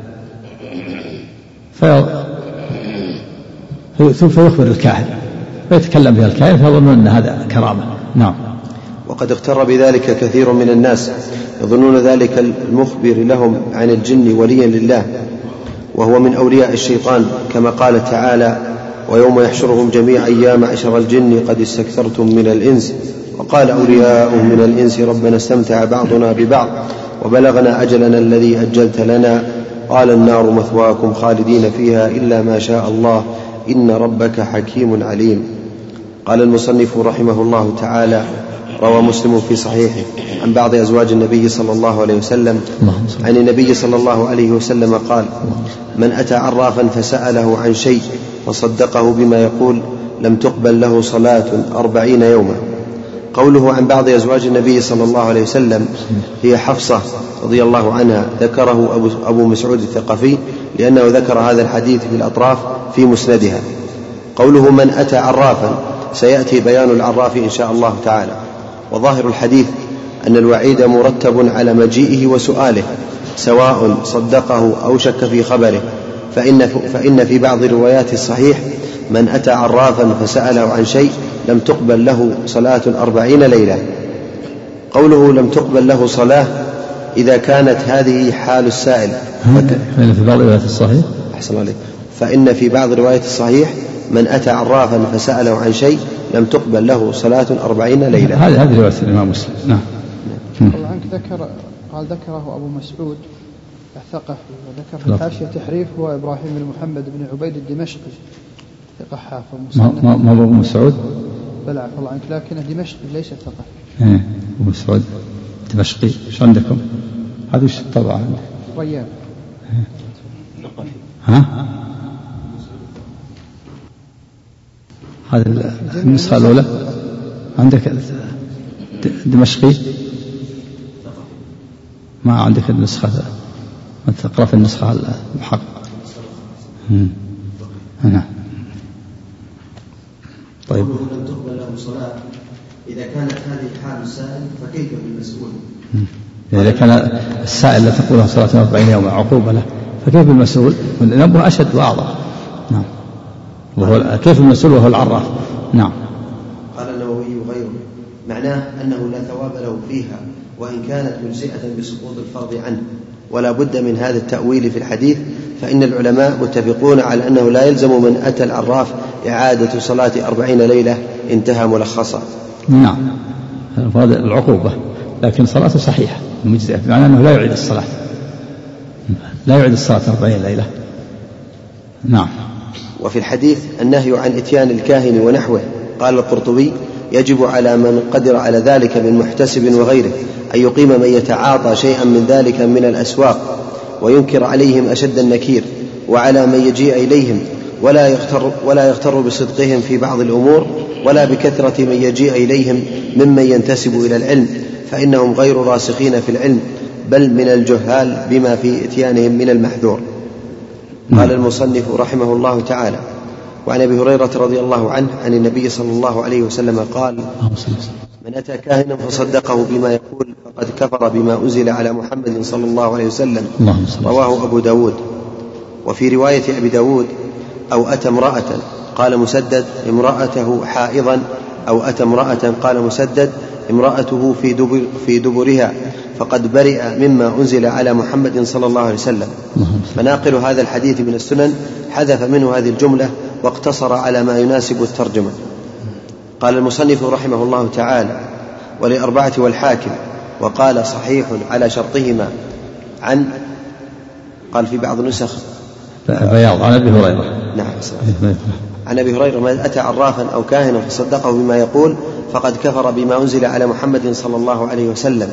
فيخبر الكاهن فيتكلم بها الكاهن فيظنون أن هذا كرامة. نعم. وقد اغتر بذلك كثير من الناس يظنون ذلك المخبر لهم عن الجن وليا لله، وهو من أولياء الشيطان، كما قال تعالى: ويوم يحشرهم جميعا يا معشر الجن قد استكثرتم من الإنس وقال أولياؤهم من الإنس ربنا استمتع بعضنا ببعض وبلغنا أجلنا الذي أجلت لنا قال النار مثواكم خالدين فيها إلا ما شاء الله إن ربك حكيم عليم. قال المصنف رحمه الله تعالى: روى مسلم في صحيحه عن بعض أزواج النبي صلى الله عليه وسلم عن النبي صلى الله عليه وسلم قال: من أتى عرافا فسأله عن شيء فصدقه بما يقول لم تقبل له صلاة أربعين يوما. قوله عن بعض أزواج النبي صلى الله عليه وسلم هي حفصة رضي الله عنها، ذكره أبو مسعود الثقفي لأنه ذكر هذا الحديث في الأطراف في مسندها. قوله من أتى عرافا سيأتي بيان العراف إن شاء الله تعالى. وظاهر الحديث أن الوعيد مرتب على مجيئه وسؤاله سواء صدقه أو شك في خبره، فإن, فإن في بعض روايات الصحيح من أتى عرافا فسأله عن شيء لم تقبل له صلاة أربعين ليلة. قوله لم تقبل له صلاة إذا كانت هذه حال السائل، فإن في بعض روايات الصحيح أحسن عليك فإن في بعض روايات الصحيح من أتى عرافا فسأله عن شيء لم تقبل له صلاة أربعين ليلة. هذه هذه رواية الإمام مسلم. نعم. الله عنك ذكر قال ذكره أبو مسعود الثقفي، وذكر في الحاشية تحريف هو إبراهيم بن محمد بن عبيد الدمشقي ثقة حافظ. ما ما أبو مسعود؟ بلى عفى الله عنك، لكنه دمشقي ليس ثقة. إيه أبو مسعود دمشقي. إيش عندكم؟ هذا وش الطبعة؟ ريان. ها؟ هذا النسخة الأولى عندك دمشقي؟ ما عندك النسخة، ما تقرأ في النسخة المحقق. نعم. طيب. لم تقبل له صلاة إذا كانت هذه حال السائل فكيف بالمسؤول؟ إذا كان السائل لا تقبل له صلاة أربعين يوما عقوبة له، فكيف بالمسؤول؟ النبوة أشد وأعظم. نعم. وهو كيف المسؤول وهو العراف. نعم. قال النووي وغيره معناه أنه لا ثواب له فيها وإن كانت مجزئة بسقوط الفرض عنه، ولا بد من هذا التأويل في الحديث، فإن العلماء متفقون على أنه لا يلزم من أتى العراف إعادة صلاة أربعين ليلة. انتهى ملخصا. نعم. هذا العقوبة، لكن صلاته صحيحة مجزئة، بمعنى أنه لا يعيد الصلاة، لا يعيد الصلاة أربعين ليلة. نعم. وفي الحديث النهي عن إتيان الكاهن ونحوه. قال القرطبي: يجب على من قدر على ذلك من محتسب وغيره أن يقيم من يتعاطى شيئا من ذلك من الأسواق وينكر عليهم أشد النكير، وعلى من يجيء إليهم ولا يغتر, ولا يغتر بصدقهم في بعض الأمور ولا بكثرة من يجيء إليهم ممن ينتسب إلى العلم، فإنهم غير راسخين في العلم بل من الجهال بما في إتيانهم من المحذور. قال المصنف رحمه الله تعالى: وعن أبي هريرة رضي الله عنه عن النبي صلى الله عليه وسلم قال: من أتى كاهنا فصدقه بما يقول فقد كفر بما أنزل على محمد صلى الله عليه وسلم. رواه أبو داود. وفي رواية أبي داود: أو أتى امرأة قال مسدد امرأته حائضا، أو أتى امرأة قال مسدد امرأته في, دبر في دبرها فقد برئ مما أنزل على محمد صلى الله عليه وسلم. فناقل هذا الحديث من السنن حذف منه هذه الجملة واقتصر على ما يناسب الترجمة. قال المصنف رحمه الله تعالى: ولأربعة والحاكم، وقال صحيح على شرطهما. عن قال في بعض النسخ بياض عن أبي هريرة. نعم. عن أبي هريرة: من أتى عرافا أو كاهنا فصدقه بما يقول فقد كفر بما أنزل على محمد صلى الله عليه وسلم.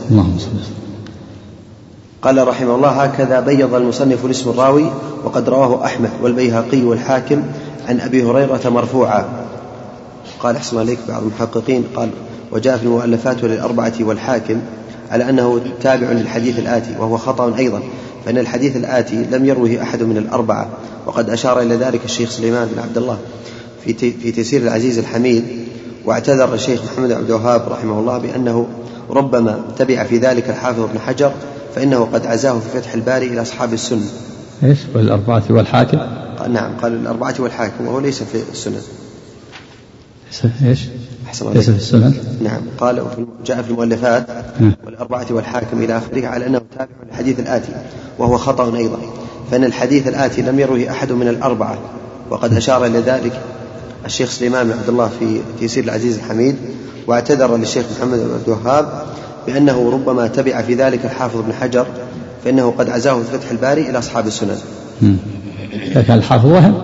قال رحمه الله: هكذا بيض المصنف الاسم الراوي، وقد رواه أحمد والبيهقي والحاكم عن أبي هريرة مرفوعا. قال أحسن عليك بعض المحققين قال: وجاء في المؤلفات للأربعة والحاكم على أنه تابع للحديث الآتي، وهو خطأ أيضا، فإن الحديث الآتي لم يروه أحد من الأربعة، وقد أشار إلى ذلك الشيخ سليمان بن عبد الله في في تيسير العزيز الحميد. واعتذر الشيخ محمد عبد الوهاب رحمه الله بأنه ربما تبع في ذلك الحافظ ابن حجر، فإنه قد عزاه في فتح الباري إلى أصحاب السنة. إيش؟ والأربعة والحاكم؟ قال نعم، قال الأربعة والحاكم، وهو ليس في السنن. إيش؟ ليس في السنن؟ نعم. قال جاء في المؤلفات والأربعة والحاكم إلى آخره على أنه تابع للحديث الآتي، وهو خطأ أيضا، فإن الحديث الآتي لم يروه أحد من الأربعة، وقد أشار إلى ذلك الشيخ سليمان بن عبد الله في تيسير العزيز الحميد. واعتذر للشيخ محمد بن عبد الوهاب بأنه ربما تبع في ذلك الحافظ ابن حجر، فإنه قد عزاه في فتح الباري إلى أصحاب السنن. كان الحافظ وهم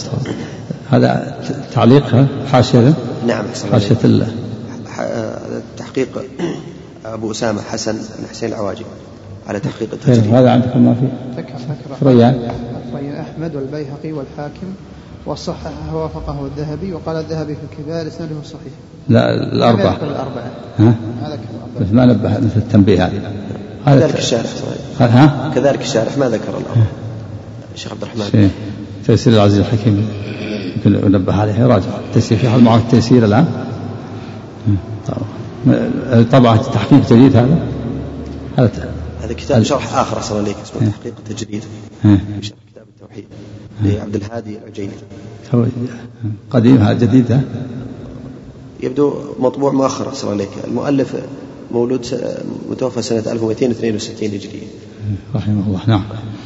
هذا تعليق حاشية. نعم. حاشية الله تحقيق أبو أسامة حسن بن حسين العواجي على تحقيق التجريد. هذا عندكم ما في؟ ذكر ذكر ريان أحمد والبيهقي والحاكم وصححه ووافقه الذهبي، وقال الذهبي في الكبار إسناده صحيح. لا الأربعة. الأربعة. ها؟ بس ما نبه مثل التنبيه هذه. كذلك الشارح. ها؟ كذلك الشارح ما ذكر الأربعة. الشيخ عبد الرحمن. تيسير العزيز الحكيم يمكن نبه عليه راجع تيسير في حال معه التيسير الآن. طبعا تحقيق جديد هذا. هذا هذا كتاب شرح آخر أصلا ليك اسمه تحقيق التجريد. شرح كتاب التوحيد لعبد الهادي العجيني. قديم هذا جديد ها؟ يبدو مطبوع مؤخر أصلا ليك. المؤلف مولود متوفى سنة ألف ومئتين واثنين وستين هجرية رحمه الله. نعم.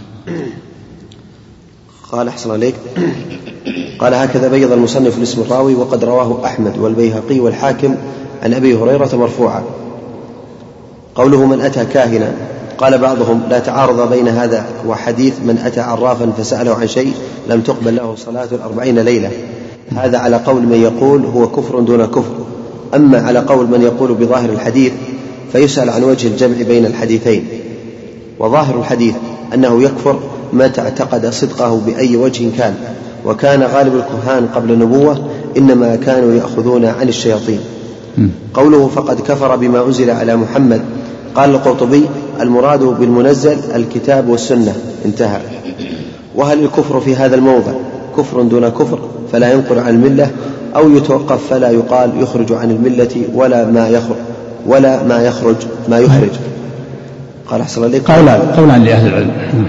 قال أحسن عليك. قال هكذا بيض المصنف الاسم الراوي وقد رواه أحمد والبيهقي والحاكم عن أبي هريرة مرفوعا. قوله من أتى كاهنا، قال بعضهم لا تعارض بين هذا وحديث من أتى عرافا فسأله عن شيء لم تقبل له صلاة الأربعين ليلة. هذا على قول من يقول هو كفر دون كفر. أما على قول من يقول بظاهر الحديث فيسأل عن وجه الجمع بين الحديثين. وظاهر الحديث أنه يكفر ما تعتقد صدقه بأي وجه كان، وكان غالب الكهان قبل النبوة إنما كانوا يأخذون عن الشياطين. قوله فقد كفر بما أنزل على محمد، قال القرطبي المراد بالمنزل الكتاب والسنة، انتهى. وهل الكفر في هذا الموضع كفر دون كفر فلا ينقل عن الملة، أو يتوقف فلا يقال يخرج عن الملة ولا ما يخرج ولا ما يخرج ما يخرج؟ قال أحسن عليك. قولان قولان لأهل العلم،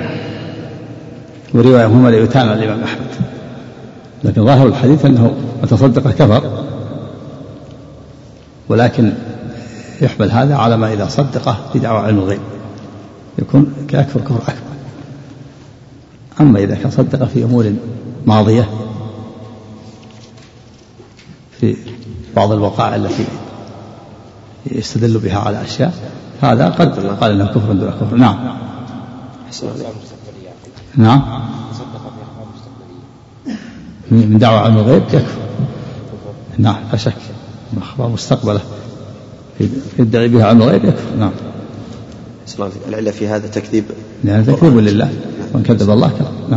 ورواية هما ليتان عن الإمام أحمد، لكن ظاهر الحديث أنه متصدق كفر، ولكن يحمل هذا على ما إذا صدقه في دعوى علم الغيب يكون كأكفر كفر أكبر. أما إذا كان صدق في أمور ماضية في بعض الوقائع التي يستدل بها على أشياء هذا قد قال إنه كفر دون كفر. نعم. نعم. من دعوى علم الغيب يكفر. نعم لا شك. أخبار مستقبله يدعي بها علم الغيب يكفر. نعم. العلة في هذا تكذيب، يعني تكذيب لله، ومن كذب الله كفر. نعم.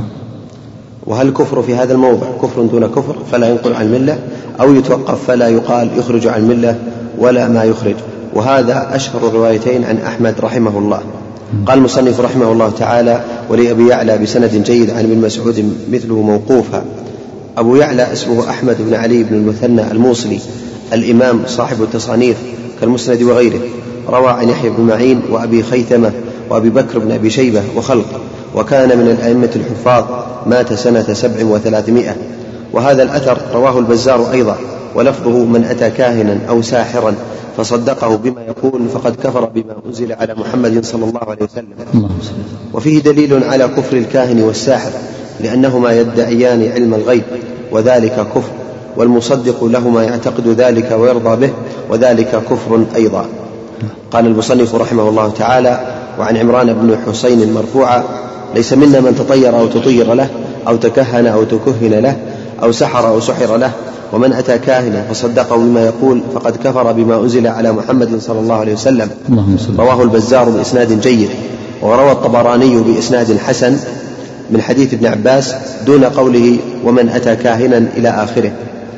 وهل الكفر في هذا الموضع كفر دون كفر فلا ينقل عن الملة، أو يتوقف فلا يقال يخرج عن الملة ولا ما يخرج؟ وهذا أشهر الروايتين عن أحمد رحمه الله. قال المصنف رحمه الله تعالى ولأبي يعلى بسند جيد عن ابن مسعود مثله موقوفا. أبو يعلى اسمه أحمد بن علي بن المثنى الموصلي الإمام صاحب التصانيف كالمسند وغيره، روى عن يحيى بن معين وأبي خيثمة وأبي بكر بن أبي شيبة وخلق، وكان من الأئمة الحفاظ، مات سنة سبع وثلاثمائة. وهذا الأثر رواه البزار أيضا، ولفظه من أتى كاهنا أو ساحرا فصدقه بما يقول فقد كفر بما أنزل على محمد صلى الله عليه وسلم. وفيه دليل على كفر الكاهن والساحر، لأنهما يدعيان علم الغيب وذلك كفر، والمصدق لهما يعتقد ذلك ويرضى به وذلك كفر أيضا. قال المصنف رحمه الله تعالى وعن عمران بن حسين مرفوعا ليس منا من تطير أو تطير له أو تكهن أو تكهن له أو سحر أو سحر له، ومن أتى كاهنا فصدقه بما يقول فقد كفر بما أنزل على محمد صلى الله عليه وسلم. رواه البزار بإسناد جيد، وروى الطبراني بإسناد حسن من حديث ابن عباس دون قوله ومن أتى كاهنا إلى آخره.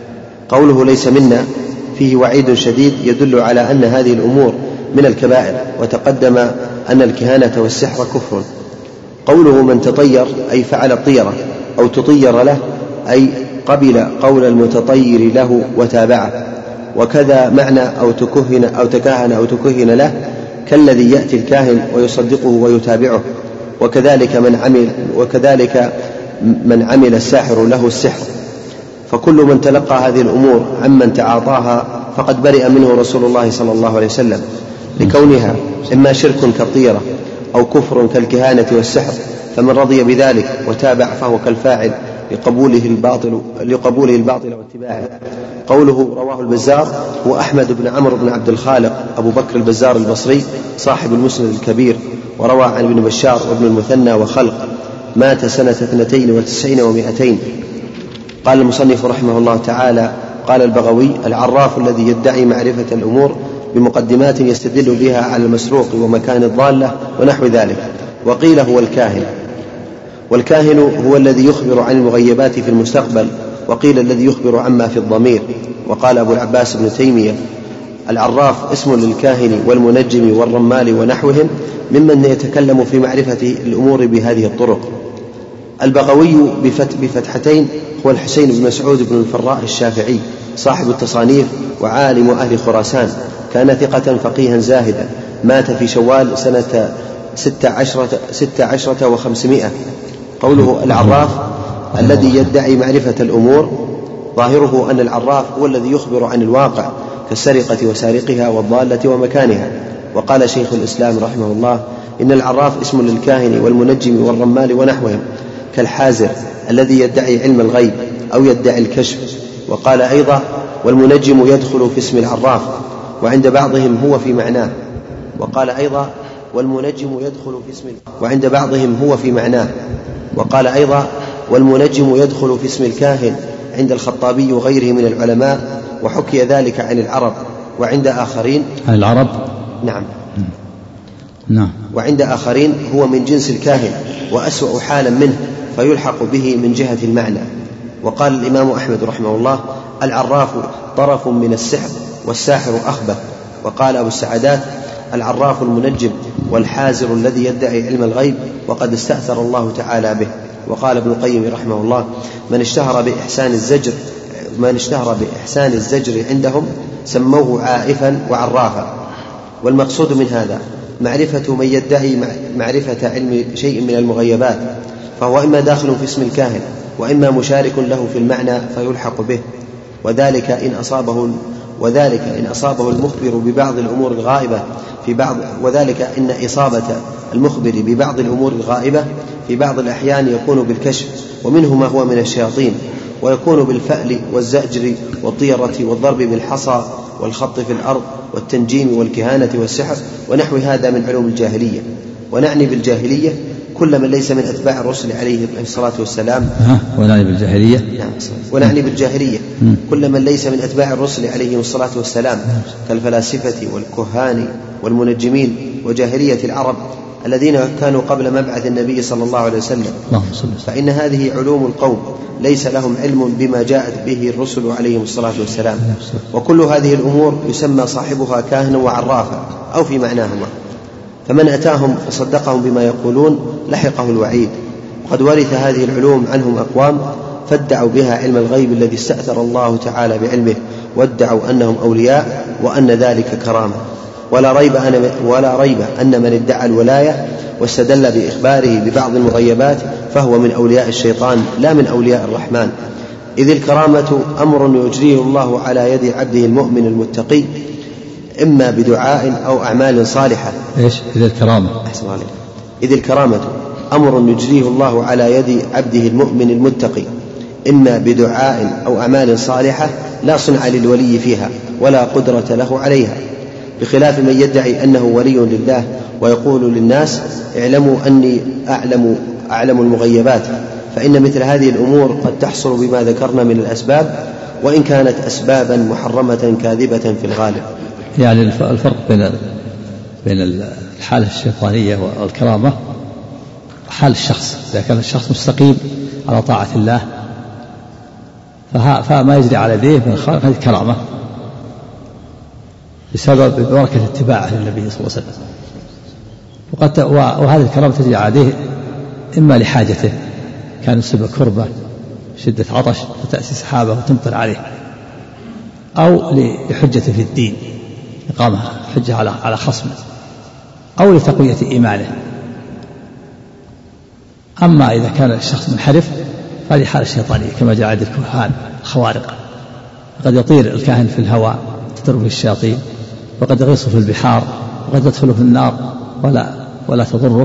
قوله ليس منا فيه وعيد شديد يدل على أن هذه الأمور من الكبائر، وتقدم أن الكهانة والسحر كفر. قوله من تطير أي فعل الطيرة أو تطير له أي قبل قول المتطير له وتابعه. وكذا معنى أو تكهن أو تكهن أو تكهن له كالذي يأتي الكاهن ويصدقه ويتابعه. وكذلك من عمل وكذلك من عمل الساحر له السحر. فكل من تلقى هذه الأمور عمن تعاطاها فقد برئ منه رسول الله صلى الله عليه وسلم، لكونها إما شرك كالطيرة أو كفر كالكهانة والسحر، فمن رضي بذلك وتابع فهو كالفاعل لقبوله الباطل لقبوله الباطل واتباعه. قوله رواه البزار هو أحمد بن عمرو بن عبد الخالق أبو بكر البزار البصري صاحب المسند الكبير، وروى عن ابن بشار وابن المثنى وخلق، مات سنة اثنتين وتسعين ومائتين. قال المصنف رحمه الله تعالى قال البغوي العراف الذي يدعي معرفة الأمور بمقدمات يستدل بها على المسروق ومكان الضالة ونحو ذلك. وقيل هو الكاهن، والكاهن هو الذي يخبر عن المغيبات في المستقبل، وقيل الذي يخبر عما في الضمير. وقال أبو العباس بن تيمية: العراف اسم للكاهن والمنجم والرمال ونحوهم ممن يتكلم في معرفة الأمور بهذه الطرق. البغوي بفتحتين هو الحسين بن مسعود بن الفراء الشافعي صاحب التصانيف وعالم أهل خراسان، كان ثقة فقيها زاهدا، مات في شوال سنة ست عشرة, ست عشرة وخمسمائة. قوله العراف الذي يدعي معرفة الأمور، ظاهره أن العراف هو الذي يخبر عن الواقع كالسرقة وسارقها والضالة ومكانها. وقال شيخ الإسلام رحمه الله: إن العراف اسم للكاهن والمنجم والرمال ونحوهم، كالحازر الذي يدعي علم الغيب أو يدعي الكشف. وقال أيضا: والمنجم يدخل في اسم العراف، وعند بعضهم هو في معناه. وقال أيضا: والمنجم يدخل في اسم وعند بعضهم هو في معناه. وقال أيضا: والمنجم يدخل في اسم الكاهن عند الخطابي وغيره من العلماء، وحكي ذلك عن العرب وعند آخرين. عن العرب؟ نعم. نعم. وعند آخرين هو من جنس الكاهن وأسوأ حالا منه، فيلحق به من جهة المعنى. وقال الإمام أحمد رحمه الله: العراف طرف من السحر والساحر أخبث. وقال أبو السعدات: العراف المنجم والحازر الذي يدعي علم الغيب، وقد استأثر الله تعالى به. وقال ابن القيم رحمه الله: من اشتهر بإحسان الزجر من اشتهر بإحسان الزجر عندهم سموه عائفا وعرافا. والمقصود من هذا معرفة من يدعي معرفة علم شيء من المغيبات، فهو إما داخل في اسم الكاهن وإما مشارك له في المعنى فيلحق به. وذلك إن أصابه وذلك إن أصابه المخبر ببعض الأمور الغائبة في بعض وذلك إن إصابة المخبر ببعض الأمور الغائبة في بعض الأحيان يكون بالكشف، ومنه ما هو من الشياطين، ويكون بالفأل والزأجر والطيرة والضرب بالحصى والخط في الأرض والتنجيم والكهانة والسحر ونحو هذا من علوم الجاهلية. ونعني بالجاهلية كل من ليس من أتباع الرسل عليه الصلاة والسلام. ونعني بالجاهلية نعم ونعني بالجاهلية كل من ليس من أتباع الرسل عليه الصلاة والسلام كالفلاسفة والكهان والمنجمين وجاهلية العرب الذين كانوا قبل مبعث النبي صلى الله عليه وسلم. فإن هذه علوم القوم ليس لهم علم بما جاءت به الرسل عليهم الصلاة والسلام، وكل هذه الأمور يسمى صاحبها كاهنا وعرافا أو في معناهما. فمن أتاهم فصدقهم بما يقولون لحقه الوعيد. وقد ورث هذه العلوم عنهم أقوام فادعوا بها علم الغيب الذي استأثر الله تعالى بعلمه، وادعوا أنهم أولياء وأن ذلك كرامة. ولا ريب أن, ولا ريب أن من ادعى الولاية واستدل بإخباره ببعض المغيبات فهو من أولياء الشيطان لا من أولياء الرحمن، إذ الكرامة أمر يجريه الله على يد عبده المؤمن المتقي إما بدعاء أو أعمال صالحة. إيش إذ الكرامة؟ أحسن عليك. إذ الكرامة أمر يجريه الله على يد عبده المؤمن المتقي إما بدعاء أو أعمال صالحة لا صنع للولي فيها ولا قدرة له عليها، بخلاف من يدعي أنه ولي لله ويقول للناس اعلموا أني أعلم, أعلم المغيبات، فإن مثل هذه الأمور قد تحصل بما ذكرنا من الأسباب، وإن كانت أسبابا محرمة كاذبة في الغالب. يعني الفرق بين بين الحالة الشيطانية والكرامة حال الشخص. إذا كان الشخص مستقيم على طاعة الله فما يجري على يديه من الخارق هذه كرامة بسبب بركة اتباعه للنبي صلى الله عليه وسلم. وقد وهذه الكرامة تجري على يديه إما لحاجته، كان يصيب كربة شدة عطش فتأتي سحابة وتمطر عليه، أو لحجة في الدين إقامة حجة على على خصمه، أو لتقوية إيمانه. أما إذا كان الشخص منحرف فهذه حالة شيطانية كما جاء عند الكهان الخوارق، قد يطير الكاهن في الهواء تضربه الشياطين، وقد يغيص في البحار، وقد يدخل في النار ولا ولا تضره،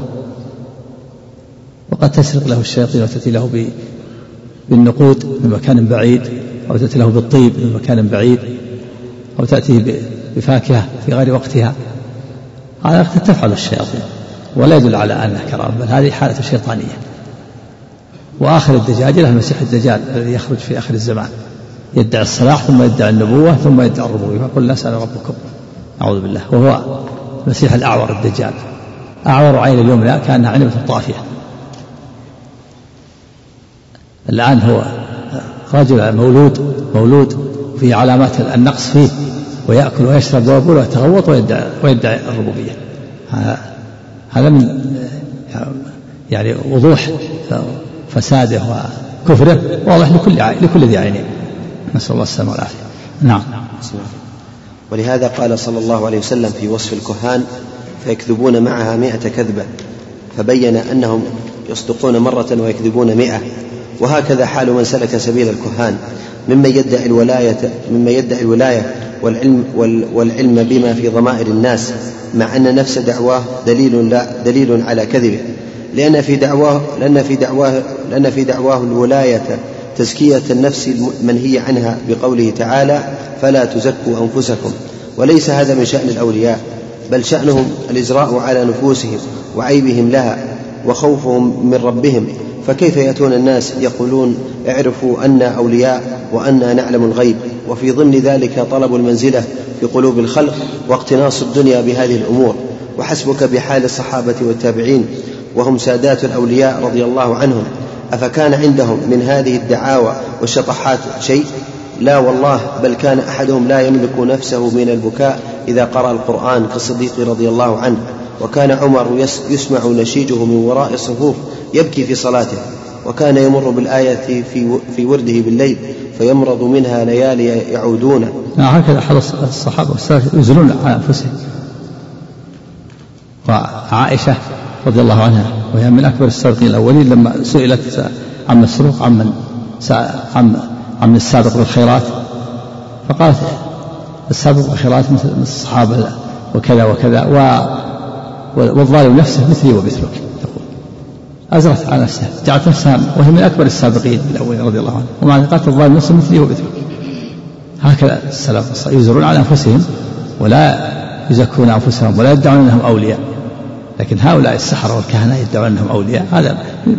وقد تسرق له الشياطين وتأتي له بالنقود من مكان بعيد، أو تأتي له بالطيب من مكان بعيد، أو تأتي بفاكهة في غير وقتها. هذا تفعل الشياطين ولا يدل على أنها كرامة، بل هذه حالة شيطانية. وآخر الدجاجلة المسيح الدجال الذي يخرج في آخر الزمان يدعي الصلاح ثم يدعي النبوة ثم يدعي الربوبية، فقل لا سأل ربكم. أعوذ بالله، وهو المسيح الأعور الدجال، أعور عين اليمنى كأنها عنبة طافية. الآن هو رجل مولود مولود فيه علامات النقص فيه، ويأكل ويشرب ويبول ويتغوط ويدعي, ويدعي الربوبية. هذا من يعني وضوح فساده وكفره واضح لكل لكل ذي عينين، نسأل الله السلامة والعافية. نعم. ولهذا قال صلى الله عليه وسلم في وصف الكهان: فيكذبون معها مئة كذبة، فبين أنهم يصدقون مرة ويكذبون مئة. وهكذا حال من سلك سبيل الكهان ممن يدعي الولاية ممن يدعي الولاية والعلم والعلم بما في ضمائر الناس، مع أن نفس دعواه دليل لا دليل على كذبه، لأن في دعواه لأن في دعواه لأن في دعواه الولاية تزكية النفس المنهي عنها بقوله تعالى: فلا تزكوا أنفسكم. وليس هذا من شأن الأولياء، بل شأنهم الإجراء على نفوسهم وعيبهم لها وخوفهم من ربهم. فكيف يأتون الناس يقولون: اعرفوا أن أولياء وأنا نعلم الغيب، وفي ضمن ذلك طلب المنزلة في قلوب الخلق واقتناص الدنيا بهذه الأمور. وحسبك بحال الصحابة والتابعين وهم سادات الأولياء رضي الله عنهم، أفكان عندهم من هذه الدعاوى والشطحات شيء؟ لا والله، بل كان أحدهم لا يملك نفسه من البكاء إذا قرأ القرآن كالصديق رضي الله عنه، وكان عمر يسمع نشيجه من وراء الصفوف يبكي في صلاته، وكان يمر بالآية في ورده بالليل فيمرض منها ليالي يعودون. هكذا حال الصحابة والسلف ينزلون على أنفسهم. وعائشة رضي الله عنها وهي من أكبر السابقين الأولين لما سئلت عن مسروق عمن عن عن السابق بالخيرات، فقالت: السابق بالخيرات مثل الصحابة وكذا وكذا، والظالم نفسه مثلي ومثلك. أزرت على نفسها، جعلت نفسها وهي من أكبر السابقين الأولين رضي الله عنها، ومع ذلك قالت: الظالم نفسه مثلي ومثلك. هكذا السلف يزرون على أنفسهم ولا يزكون أنفسهم ولا يدعون أنهم أولياء، لكن هؤلاء السحرة والكهنة يدعون أنهم أولياء، هذا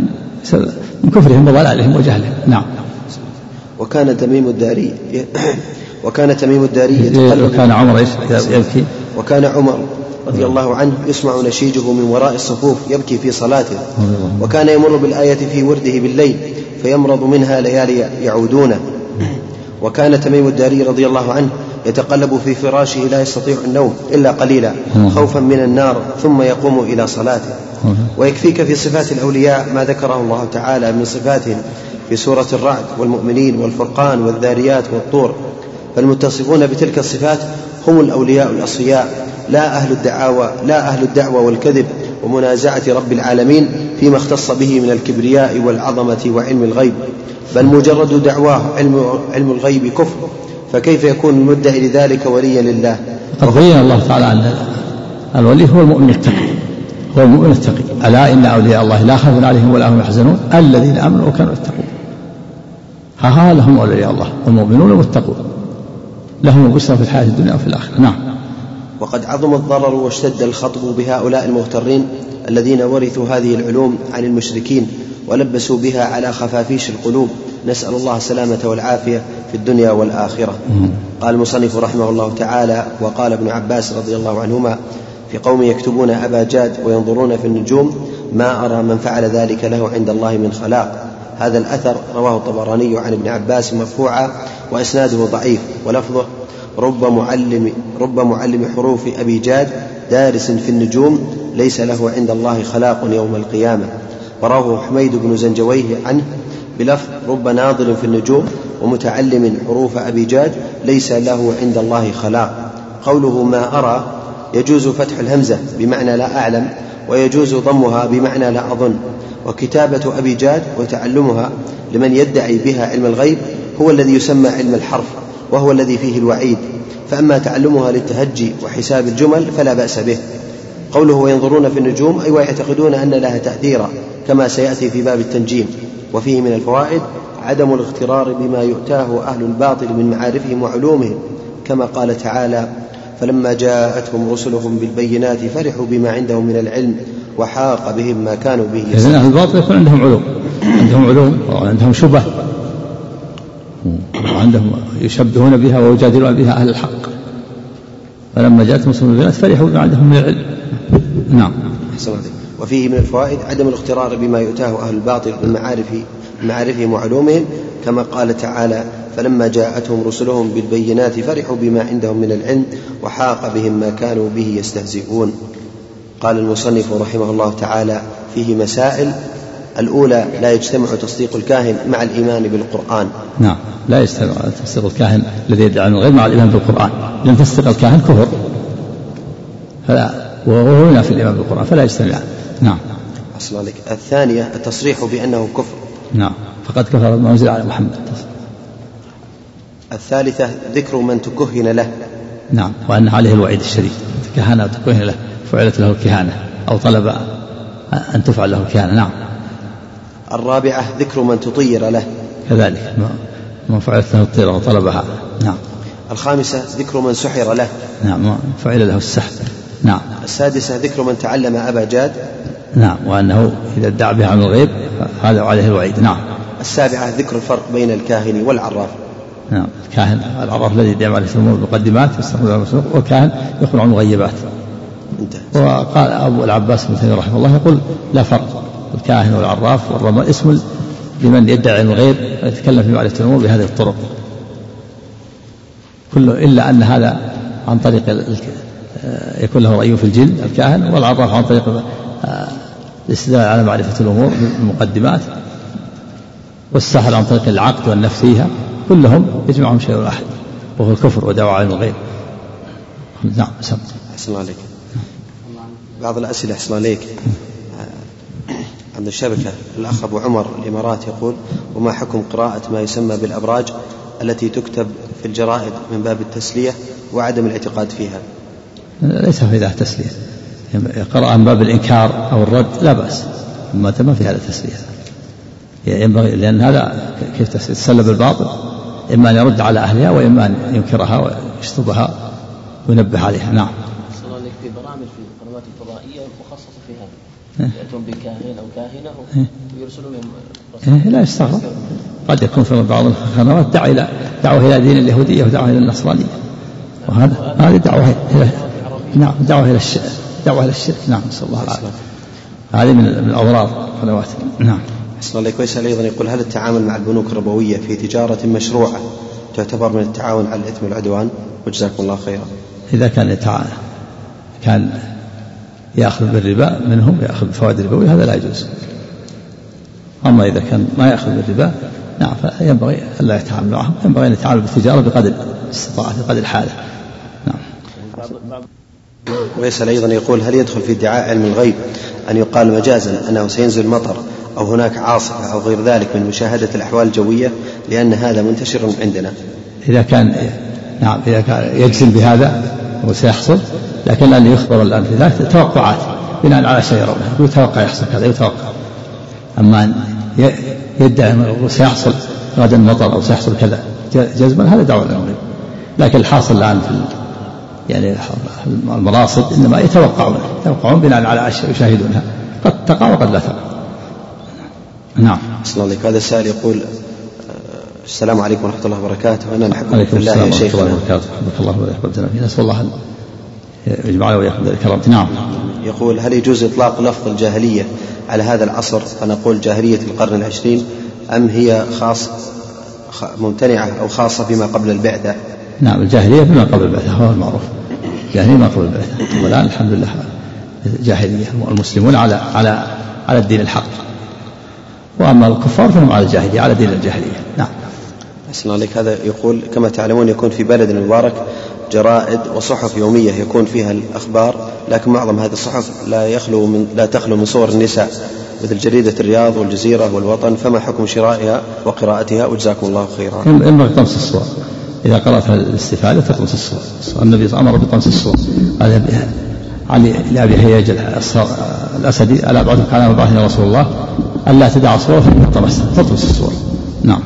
من كفرهم وضلالهم وجهلهم. نعم. وكان تميم الداري وكان تميم الداري وكان عمر يبكي وكان عمر رضي الله عنه يسمع نشيجه من وراء الصفوف يبكي في صلاته، وكان يمر بالآية في ورده بالليل فيمرض منها ليالي يعودون. وكان تميم الداري رضي الله عنه يتقلب في فراشه لا يستطيع النوم إلا قليلا خوفا من النار، ثم يقوم إلى صلاته. ويكفيك في صفات الأولياء ما ذكره الله تعالى من صفاتهم في سورة الرعد والمؤمنين والفرقان والذاريات والطور. فالمتصفون بتلك الصفات هم الأولياء الأصفياء، لا أهل الدعاوى لا أهل الدعوى والكذب ومنازعة رب العالمين فيما اختص به من الكبرياء والعظمة وعلم الغيب، بل مجرد دعواه علم, علم الغيب كفر. فكيف يكون المدعي لذلك وليا لله؟ قد بين الله تعالى أن الولي هو المؤمن التقي، هو المؤمن التقي. ألا إن أولياء الله لا خوف عليهم ولا هم يحزنون الذين آمنوا وكانوا يتقون. ها لهم أولياء الله والمؤمنون المتقون، لهم البشرى في الحياة الدنيا وفي الآخرة. نعم. وقد عظم الضرر واشتد الخطب بهؤلاء المغترين الذين ورثوا هذه العلوم عن المشركين ولبسوا بها على خفافيش القلوب، نسأل الله السلامة والعافية في الدنيا والآخرة. قال المصنف رحمه الله تعالى: وقال ابن عباس رضي الله عنهما في قوم يكتبون أبا جاد وينظرون في النجوم: ما أرى من فعل ذلك له عند الله من خلاق. هذا الأثر رواه الطبراني عن ابن عباس مرفوعا وإسناده ضعيف، ولفظه: رب معلم, رب معلم حروف أبي جاد دارس في النجوم ليس له عند الله خلاق يوم القيامة. ورواه حميد بن زنجويه عنه بلفظ: رب ناظر في النجوم ومتعلم حروف أبي جاد ليس له عند الله خلاق. قوله ما أرى يجوز فتح الهمزة بمعنى لا أعلم، ويجوز ضمها بمعنى لا أظن. وكتابة أبي جاد وتعلمها لمن يدعي بها علم الغيب هو الذي يسمى علم الحرف، وهو الذي فيه الوعيد. فأما تعلمها للتهجي وحساب الجمل فلا بأس به. قوله وينظرون في النجوم أي ويعتقدون أن لها تأثيرا، كما سيأتي في باب التنجيم. وفيه من الفوائد عدم الاغترار بما يؤتاه أهل الباطل من معارفهم وعلومهم، كما قال تعالى: فلما جاءتهم رسلهم بالبينات فرحوا بما عندهم من العلم وحاق بهم ما كانوا به يستهزئون. إذن أهل الباطل يكون عندهم علوم عندهم علوم وعندهم شبه، وعندهم يشبهون بها ويجادلون بها أهل الحق. فلما جاءتهم رسل بالبينات فرحوا بما عندهم من العلم. نعم. وفيه من الفوائد عدم الاغترار بما يؤتاه أهل الباطل من معارف معارفهم وعلومهم، كما قال تعالى: فلما جاءتهم رسلهم بالبينات فرحوا بما عندهم من العلم وحاق بهم ما كانوا به يستهزئون. قال المصنف رحمه الله تعالى: فيه مسائل. الأولى: لا يجتمع تصديق الكاهن مع الإيمان بالقرآن. نعم، لا يجتمع تصديق الكاهن الذي يدعي الغيب مع الإيمان بالقرآن، لأن تصديق الكاهن كفر، فلا وهو هنا في الإيمان بالقرآن فلا يجتمع. نعم. أصلا لك. الثانية: التصريح بأنه كفر. نعم، فقد كفر ما أنزل على محمد. الثالثة: ذكر من تكهن له. نعم، وأن عليه الوعيد الشديد، كهنة تكهن له، فعلت له الكهانة أو طلب أن تفعل له الكهانة. نعم. الرابعة: ذكر من تطير له، كذلك من فعلت له الطيرة وطلبها. نعم. الخامسة: ذكر من سحر له. نعم، فعل له السحر. نعم. السادسة: ذكر من تعلم أبا جاد. نعم، وأنه إذا ادعى بها عن الغيب هذا عليه الوعيد. نعم. السابعة: ذكر الفرق بين الكاهن والعراف. نعم، الكاهن العراف الذي يدعي عليه الأمور بالمقدمات يستخدم المسلوق، والكاهن يخبر عن المغيبات. وقال أبو العباس بن تيمية رحمه الله يقول: لا فرق، الكاهن والعراف والرمل اسم لمن يدعي عن الغيب ويتكلم في معرفة الأمور بهذه الطرق كله، إلا أن هذا عن طريق يكون له رأي في الجن الكاهن، والعراف عن طريق الاستدلال على معرفة الأمور بالمقدمات، والسحر عن طريق العقد والنفس فيها، كلهم يجمعهم شيء واحد وهو الكفر ودعوى عن الغيب. نعم. أحسن عليك. بعض الأسئلة أحسن عليك عند الشبكة. الأخ أبو عمر الإمارات يقول: وما حكم قراءة ما يسمى بالأبراج التي تكتب في الجرائد من باب التسلية وعدم الاعتقاد فيها؟ ليس في ذا تسلية، قراءة من باب الإنكار أو الرد لا بأس، ما تم في هذا التسلية ينبغي، لأن هذا كيف تتسلى بالباطل، إما أن يرد على أهلها وإما أن ينكرها ويشطبها وينبه عليها. نعم. صلى الله في برامج في القنوات الفضائية مخصصة في هذا، يأتون بكاهن أو كاهنة ويرسلوا لهم. لا يستغرب، قد يكون في بعض القنوات دعوة إلى دعوة إلى دين اليهودية ودعوة إلى النصرانية، وهذا هذه دعوة إلى نعم دعوة إلى الشرك دعوة إلى الشرك. نعم، نسأل الله العافية. هذه من أضرار القنوات. نعم. أحسن الله. ويسأل أيضا يقول: هل التعامل مع البنوك الربوية في تجارة مشروعة تعتبر من التعاون على الإثم والعدوان؟ وجزاكم الله خيرا. إذا كان يتعامل كان يأخذ بالربا منهم، يأخذ بفوائد الربوية، هذا لا يجوز. أما إذا كان ما يأخذ بالربا نعم فينبغي ألا يتعامل معهم، ينبغي أن يتعامل بالتجارة بقدر الاستطاعة بقدر الحالة. نعم. ويسأل أيضا يقول: هل يدخل في ادعاء علم الغيب أن يقال مجازا أنه سينزل مطر أو هناك عاصفة أو غير ذلك من مشاهدة الأحوال الجوية، لأن هذا منتشر عندنا؟ إذا كان نعم إذا كان يجزم بهذا وسيحصل، لكن أن يخبر الآن في ذلك توقعات بناء على شيء يرونه، يتوقع يحصل كذا يتوقع. أما أن يدعي وسيحصل غدا مطر أو سيحصل كذا جزما، هذا دعوة الغيب. لكن الحاصل الآن في يعني المراصد إنما يتوقعون يتوقعون بناء على أشياء يشاهدونها، قد تقع وقد لا تقع. نعم. أصلا لك. هذا السائل يقول: السلام عليكم ورحمة الله وبركاته، أنا نحبكم في الله يا شيخنا. حبك الله ويحفظنا فيه، نسأل الله أن يجمعنا ويأخذ ذلك. نعم. يقول: هل يجوز إطلاق لفظ الجاهلية على هذا العصر فنقول جاهلية القرن العشرين، أم هي خاص ممتنعة أو خاصة بما قبل البعثة؟ نعم، الجاهلية بما قبل البعثة هو المعروف، الجاهلية ما قبل البعثة، والآن الحمد لله جاهلية، المسلمون على على على الدين الحق، وأما الكفار فهم على الجاهلية على دين الجاهلية. نعم. أحسن عليك. هذا يقول: كما تعلمون يكون في بلد مبارك جرائد وصحف يومية يكون فيها الأخبار، لكن معظم هذه الصحف لا يخلو من لا تخلو من صور النساء مثل جريدة الرياض والجزيرة والوطن، فما حكم شرائها وقراءتها؟ وجزاكم الله خيرا. ينبغي طمس الصور، إذا قرأت الاستفادة تطمس الصور. النبي صلى الله عليه وسلم أمر بطمس الصور. علي لأبي هياج الأسدي: ألا أبعثك على ما بعثني رسول الله ألا تدع صورة فإنها طمستها، تطمس الصور. نعم.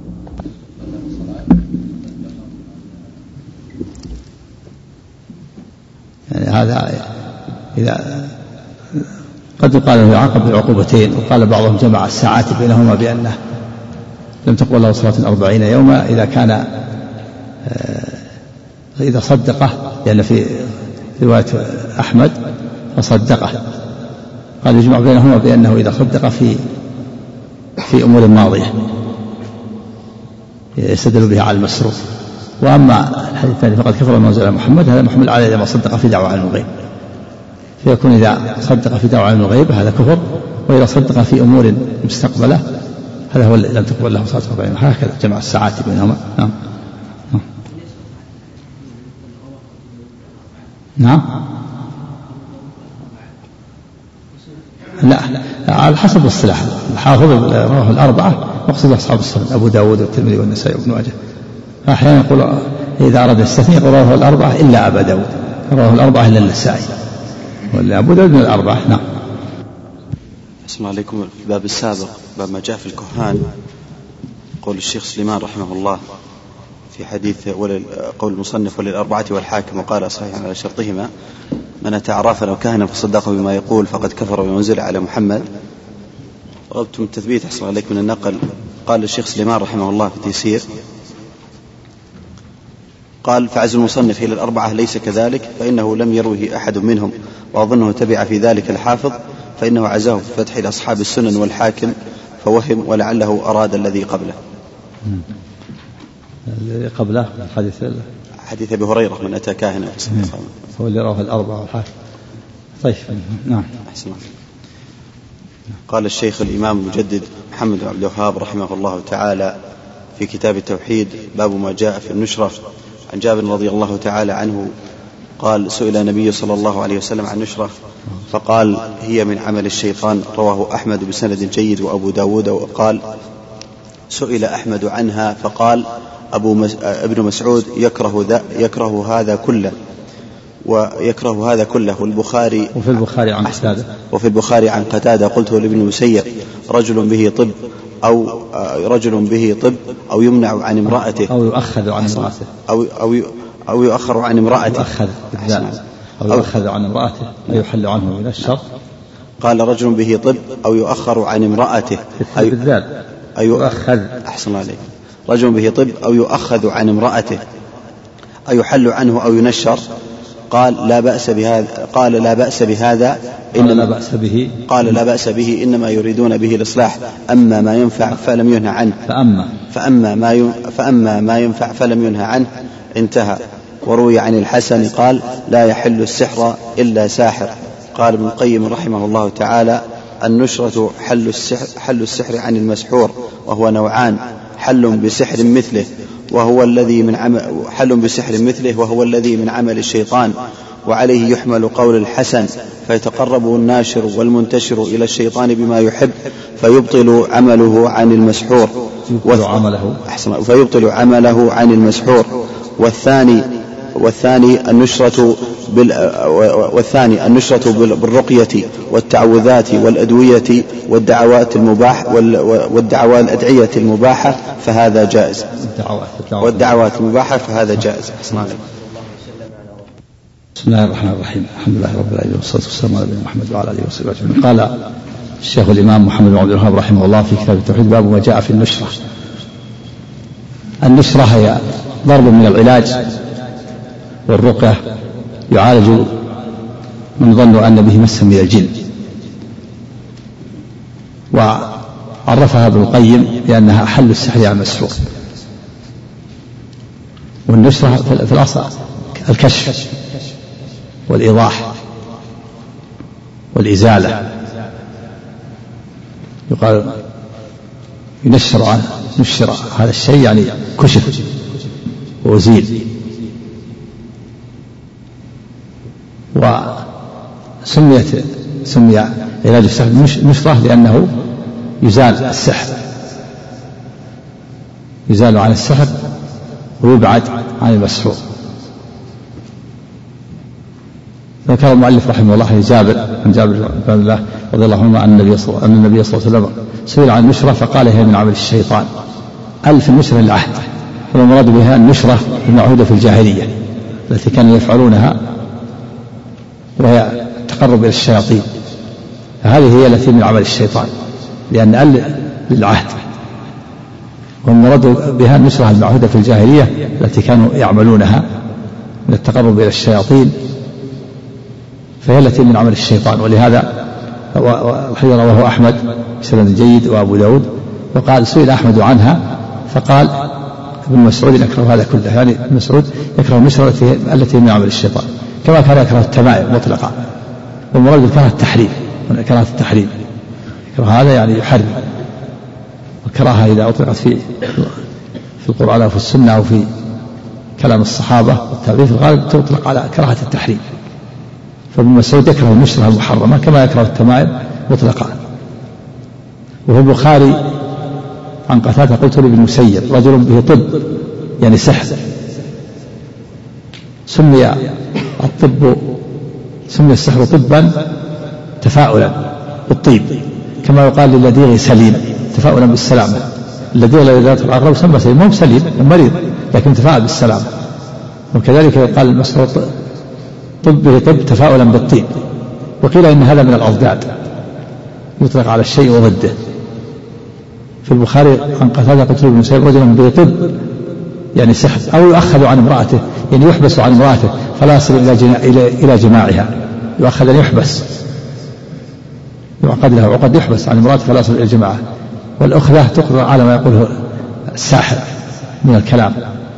يعني هذا إذا قد يقال له يعاقب بعقوبتين، وقال بعضهم جمع الساعات بينهما بأنه لم تقبل له صلاة أربعين يوما إذا كان إذا صدقه، لأن في رواية أحمد فصدقه، قال يجمع بينهما بأنه إذا صدق في في أمور ماضية يستدل بها على المسروق. وأما الحديث الثاني فقد كفر ما أنزل على محمد، هذا محمل على ما صدق في دعوى علم الغيب، فيكون إذا صدق في دعوى علم الغيب هذا كفر، وإذا صدق في أمور مستقبلة هذا هو لم تقبل له صلاة أربعين. هكذا جمع الساعات بينهما. نعم نعم لا, لا على حسب الصلاح. الحافظ رواه الأربعة مقصود أصحاب السنن أبو داود والترمذي والنسائي وابن ماجه. أحيانا يقول إذا أراد يستثني رواه الأربعة إلا أبا داود، رواه الأربعة إلا النسائي، ولا أبو داود من الأربعة. نعم. السلام عليكم. في الباب السابق باب ما جاء في الكهان، قول الشيخ سليمان رحمه الله في حديث قول المصنف وللأربعة والحاكم وقال صحيح على شرطهما من أتى عرافا أو كاهنا فصدقه بما يقول فقد كفر بما أنزل على محمد. رغبتم التثبيت أحسن عليك من النقل. قال الشيخ سليمان رحمه الله في تيسير، قال فعز المصنف إلى الأربعة ليس كذلك، فإنه لم يروه أحد منهم، وأظنه تبع في ذلك الحافظ، فإنه عزاه في فتح لأصحاب السنن والحاكم فوهم، ولعله أراد الذي قبله. الذي قبله حديث حديث أبي هريرة من أتى كاهنا هو اللي رواه الأربعة والحاكم. طيب نعم. أحسن. قال الشيخ الإمام المجدد محمد بن عبد الوهاب رحمه الله تعالى في كتاب التوحيد باب ما جاء في النشرة، عن جابر رضي الله تعالى عنه قال سئل النبي صلى الله عليه وسلم عن النشرة فقال هي من عمل الشيطان، رواه أحمد بسند جيد وأبو داود. وقال سئل أحمد عنها فقال أبو مس... ابن مسعود يكره, ذا... يكره هذا كله ويكره هذا كله. والبخاري وفي البخاري عن قتادة وفي البخاري عن قتادة قلت لابن مسيب رجل به طب أو رجل به طب أو يمنع عن امرأته أو يؤخذ عن امرأته أو أو أو يؤخر عن امرأته يؤخذ أو يؤخذ عن امرأته لا يحل عنه من الشر. قال رجل به طب أو يؤخر عن امرأته أي بالذات أي يؤخذ. أحسن عليك. رجل به طب أو يؤخذ عن امرأته أو يحل عنه أو ينشر. قال لا بأس بهذا قال لا بأس بهذا إنما لا بأس به قال لا بأس به إنما يريدون به الإصلاح، أما ما ينفع فلم ينهى عنه فأما فأما ما فأما ما ينفع فلم ينهى عنه انتهى. وروي عن الحسن قال لا يحل السحر إلا ساحر. قال ابن القيم رحمه الله تعالى النشرة حل السحر, حل السحر عن المسحور، وهو نوعان: حل بسحر مثله وهو الذي من عمل حل بسحر مثله وهو الذي من عمل الشيطان، وعليه يحمل قول الحسن فيتقرب الناشر والمنتشر إلى الشيطان بما يحب فيبطل عمله عن المسحور عمله أحسن فيبطل عمله عن المسحور. والثاني والثاني النشرة بال والثاني النشرة بالرقية والتعوذات والأدوية والدعوات المباح والدعوات الأدعية المباحة فهذا جائز. والدعوات المباحة فهذا جائز. بسم الله الرحمن الرحيم. الحمد لله رب العالمين والصلاة والسلام على نبينا محمد وعلى آله وصحبه أجمعين. قال الشيخ الإمام محمد بن عبد الوهاب رحمه الله في كتاب التوحيد باب ما جاء في النشرة. النشرة هي ضرب من العلاج والرقية يعالج من ظن أن به مسا من الجن. وعرفها ابن القيم بأنها حل السحر عن المسحور. والنشرة في الأصل الكشف والإيضاح والإزالة. يقال ينشر عن نشر هذا الشيء يعني كشف وأزيل. وسميت سمي علاج السحر نشرة لأنه يزال السحر، يزال عن السحر ويبعد عن المسحور. ذكر المؤلف رحمه الله عن جابر عن جابر بن الله رضي الله عنه أن النبي صلى الله عليه وسلم سئل عن النشرة فقال هي من عمل الشيطان. ألف النشرة للعهد، والمراد بها النشرة المعهودة في الجاهلية التي كانوا يفعلونها وهي التقرب إلى الشياطين. هذه هي التي من عمل الشيطان لأن أل للعهد، والمراد بها النشرة المعهودة في الجاهلية التي كانوا يعملونها من التقرب إلى الشياطين فهي التي من عمل الشيطان. ولهذا الحديث رواه أحمد بسند جيد وأبو داود، وقال سئل أحمد عنها فقال ابن مسعود يكره هذا كله، يعني ابن مسعود يكره النشرة التي من عمل الشيطان، كما كان يكره التمائم مطلقا، والمراد بالكراهة التحريم، كراهة التحريم يكره هذا يعني يحرم، والكراهة إذا أطلقت في في القرآن أو في السنة أو في كلام الصحابة والتابعين في الغالب تطلق على كراهة التحريم. فابن مسعود يكره النشرة المحرمة كما يكره التمائم مطلقا. وهو البخاري عن قتادة قلت لابن المسيب رجل به طب يعني سحر، سمي الطب سمي السحر طبا تفاؤلا بالطيب، كما يقال للذيغ سليم تفاؤلا بالسلامة. الذيغ الذي ذاته العقرب سمى سليم، مو سليم مريض لكن تفاؤل بالسلامة. وكذلك يقال المسحور طب به طب تفاؤلا بالطيب. وقيل إن هذا من الأضداد يطلق على الشيء وضده. في البخاري عن قتادة قلت ابن مسعود رجل به طب يعني سحر، أو يؤخذ عن امرأته يعني يحبس عن امرأته فلا يصل إلى إلى إلى جماعها، يؤخذ أن يحبس يعقد له عقد يحبس عن امرأته فلا يصل إلى الجماعة. والأخذة تقرأ على ما يقوله الساحر من الكلام،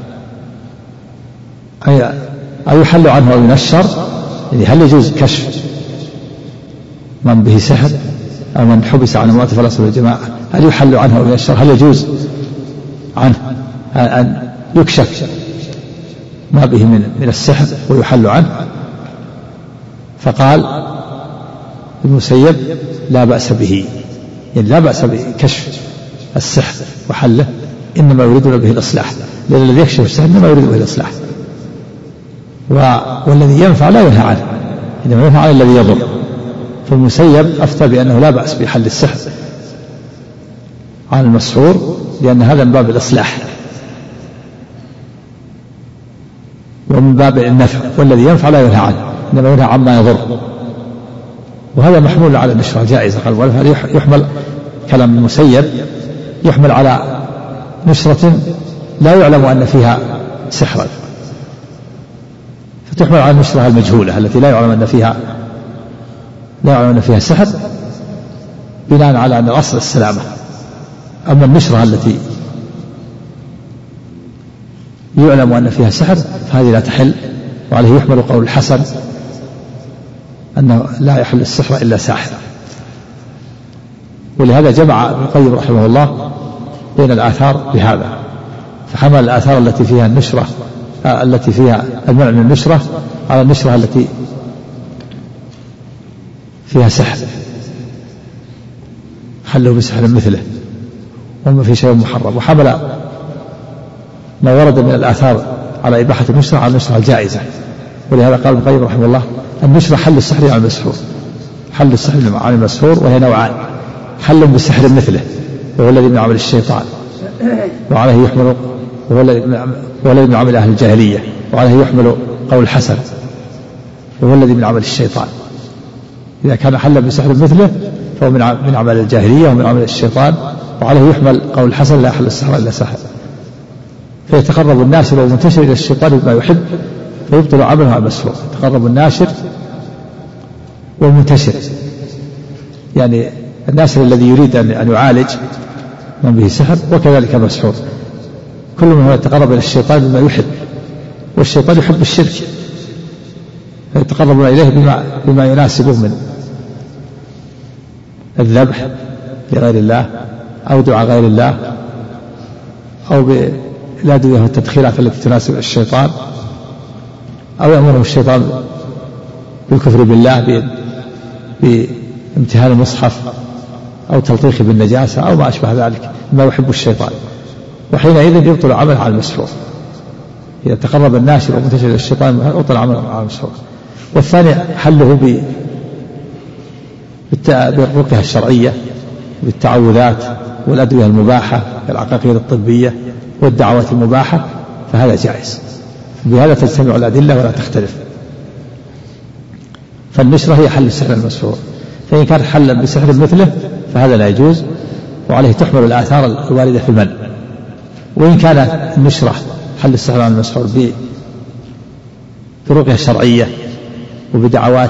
أي أو يحل عنه أو ينشر، يعني هل يجوز كشف من به سحر أو من حبس عن امرأته فلا يصل إلى الجماعة؟ هل يحل عنه أو ينشر؟ هل يجوز عنه أن يكشف ما به من من السحر ويحل عنه؟ فقال ابن المسيب لا بأس به، يعني لا بأس بكشف السحر وحله، إنما يريدون به الإصلاح، لأن الذي يكشف السحر إنما يريد به الإصلاح، والذي ينفع لا ينهى عنه، إنما ينهى عن الذي يضر. فالمسيب أفتى بأنه لا بأس بحل السحر عن المسحور، لأن هذا من باب الإصلاح ومن باب النفع، والذي ينفع لا ينهى عنه إنما ينهى عما يضر. وهذا محمول على النشرة جائزة، قال وهذا يحمل كلام المسيب يحمل على نشرة لا يعلم أن فيها سحرا، فتحمل على النشرة المجهولة التي لا يعلم أن فيها لا يعلم أن فيها سحر بناء على أن الأصل السلامة. أما النشرة التي يعلم أن فيها سحر فهذه لا تحل، وعليه يحمل قول الحسن أنه لا يحل السحر إلا ساحر. ولهذا جمع ابن القيم رحمه الله بين الآثار بهذا، فحمل الآثار التي فيها النشرة التي فيها المنع من النشرة على النشرة التي فيها سحر حله بسحر مثله وما في شيء محرم، وحمل ما ورد من الآثار على إباحة النشرة على النشرة الجائزة. ولهذا قال ابن القيم رحمه الله النشرة حل السحر على المسحور، حل السحر على المسحور وهي نوعان، حل بسحر مثله وهو الذي من عمل الشيطان وعليه يحمل وهو الذي من عمل أهل الجاهلية، وعليه يحمل قول الحسن وهو الذي من عمل الشيطان. إذا كان حل بسحر مثله فهو من عمل الجاهلية ومن عمل الشيطان، وعليه يحمل قول الحسن لا يحل السحر إلا سحر. فيتقرب الناشر والمنتشر إلى الشيطان بما يحب فيبطل عمله على المسحور. يتقرب الناشر والمنتشر، يعني الناشر الذي يريد أن يعالج من به سحر، وكذلك المسحور، كل من هو يتقرب إلى الشيطان بما يحب، والشيطان يحب الشرك فيتقربون إليه بما, بما يناسبه من الذبح لغير الله أو دعاء غير الله أو بالأدوية والتدخيلات التي تناسب الشيطان، أو يأمره الشيطان بالكفر بالله بامتهان المصحف أو تلطيخ بالنجاسة أو ما أشبه ذلك ما يحب الشيطان، وحينئذ يبطل عمله على المسحور. إذا تقرب الناشر ومنتشر إلى الشيطان يبطل عمله على المسحور. والثاني حله بالرقية الشرعية بالتعوذات والأدوية المباحة كالعقاقير الطبية والدعوات المباحة، فهذا جائز، بهذا تجتمع الأدلة ولا تختلف. فالنشرة هي حل السحر المسحور، فإن كان حلا بسحر مثله فهذا لا يجوز، وعليه تحمل الآثار الواردة في المنع. وإن كانت النشرة حل السحر المسحور برقية شرعية وبدعوات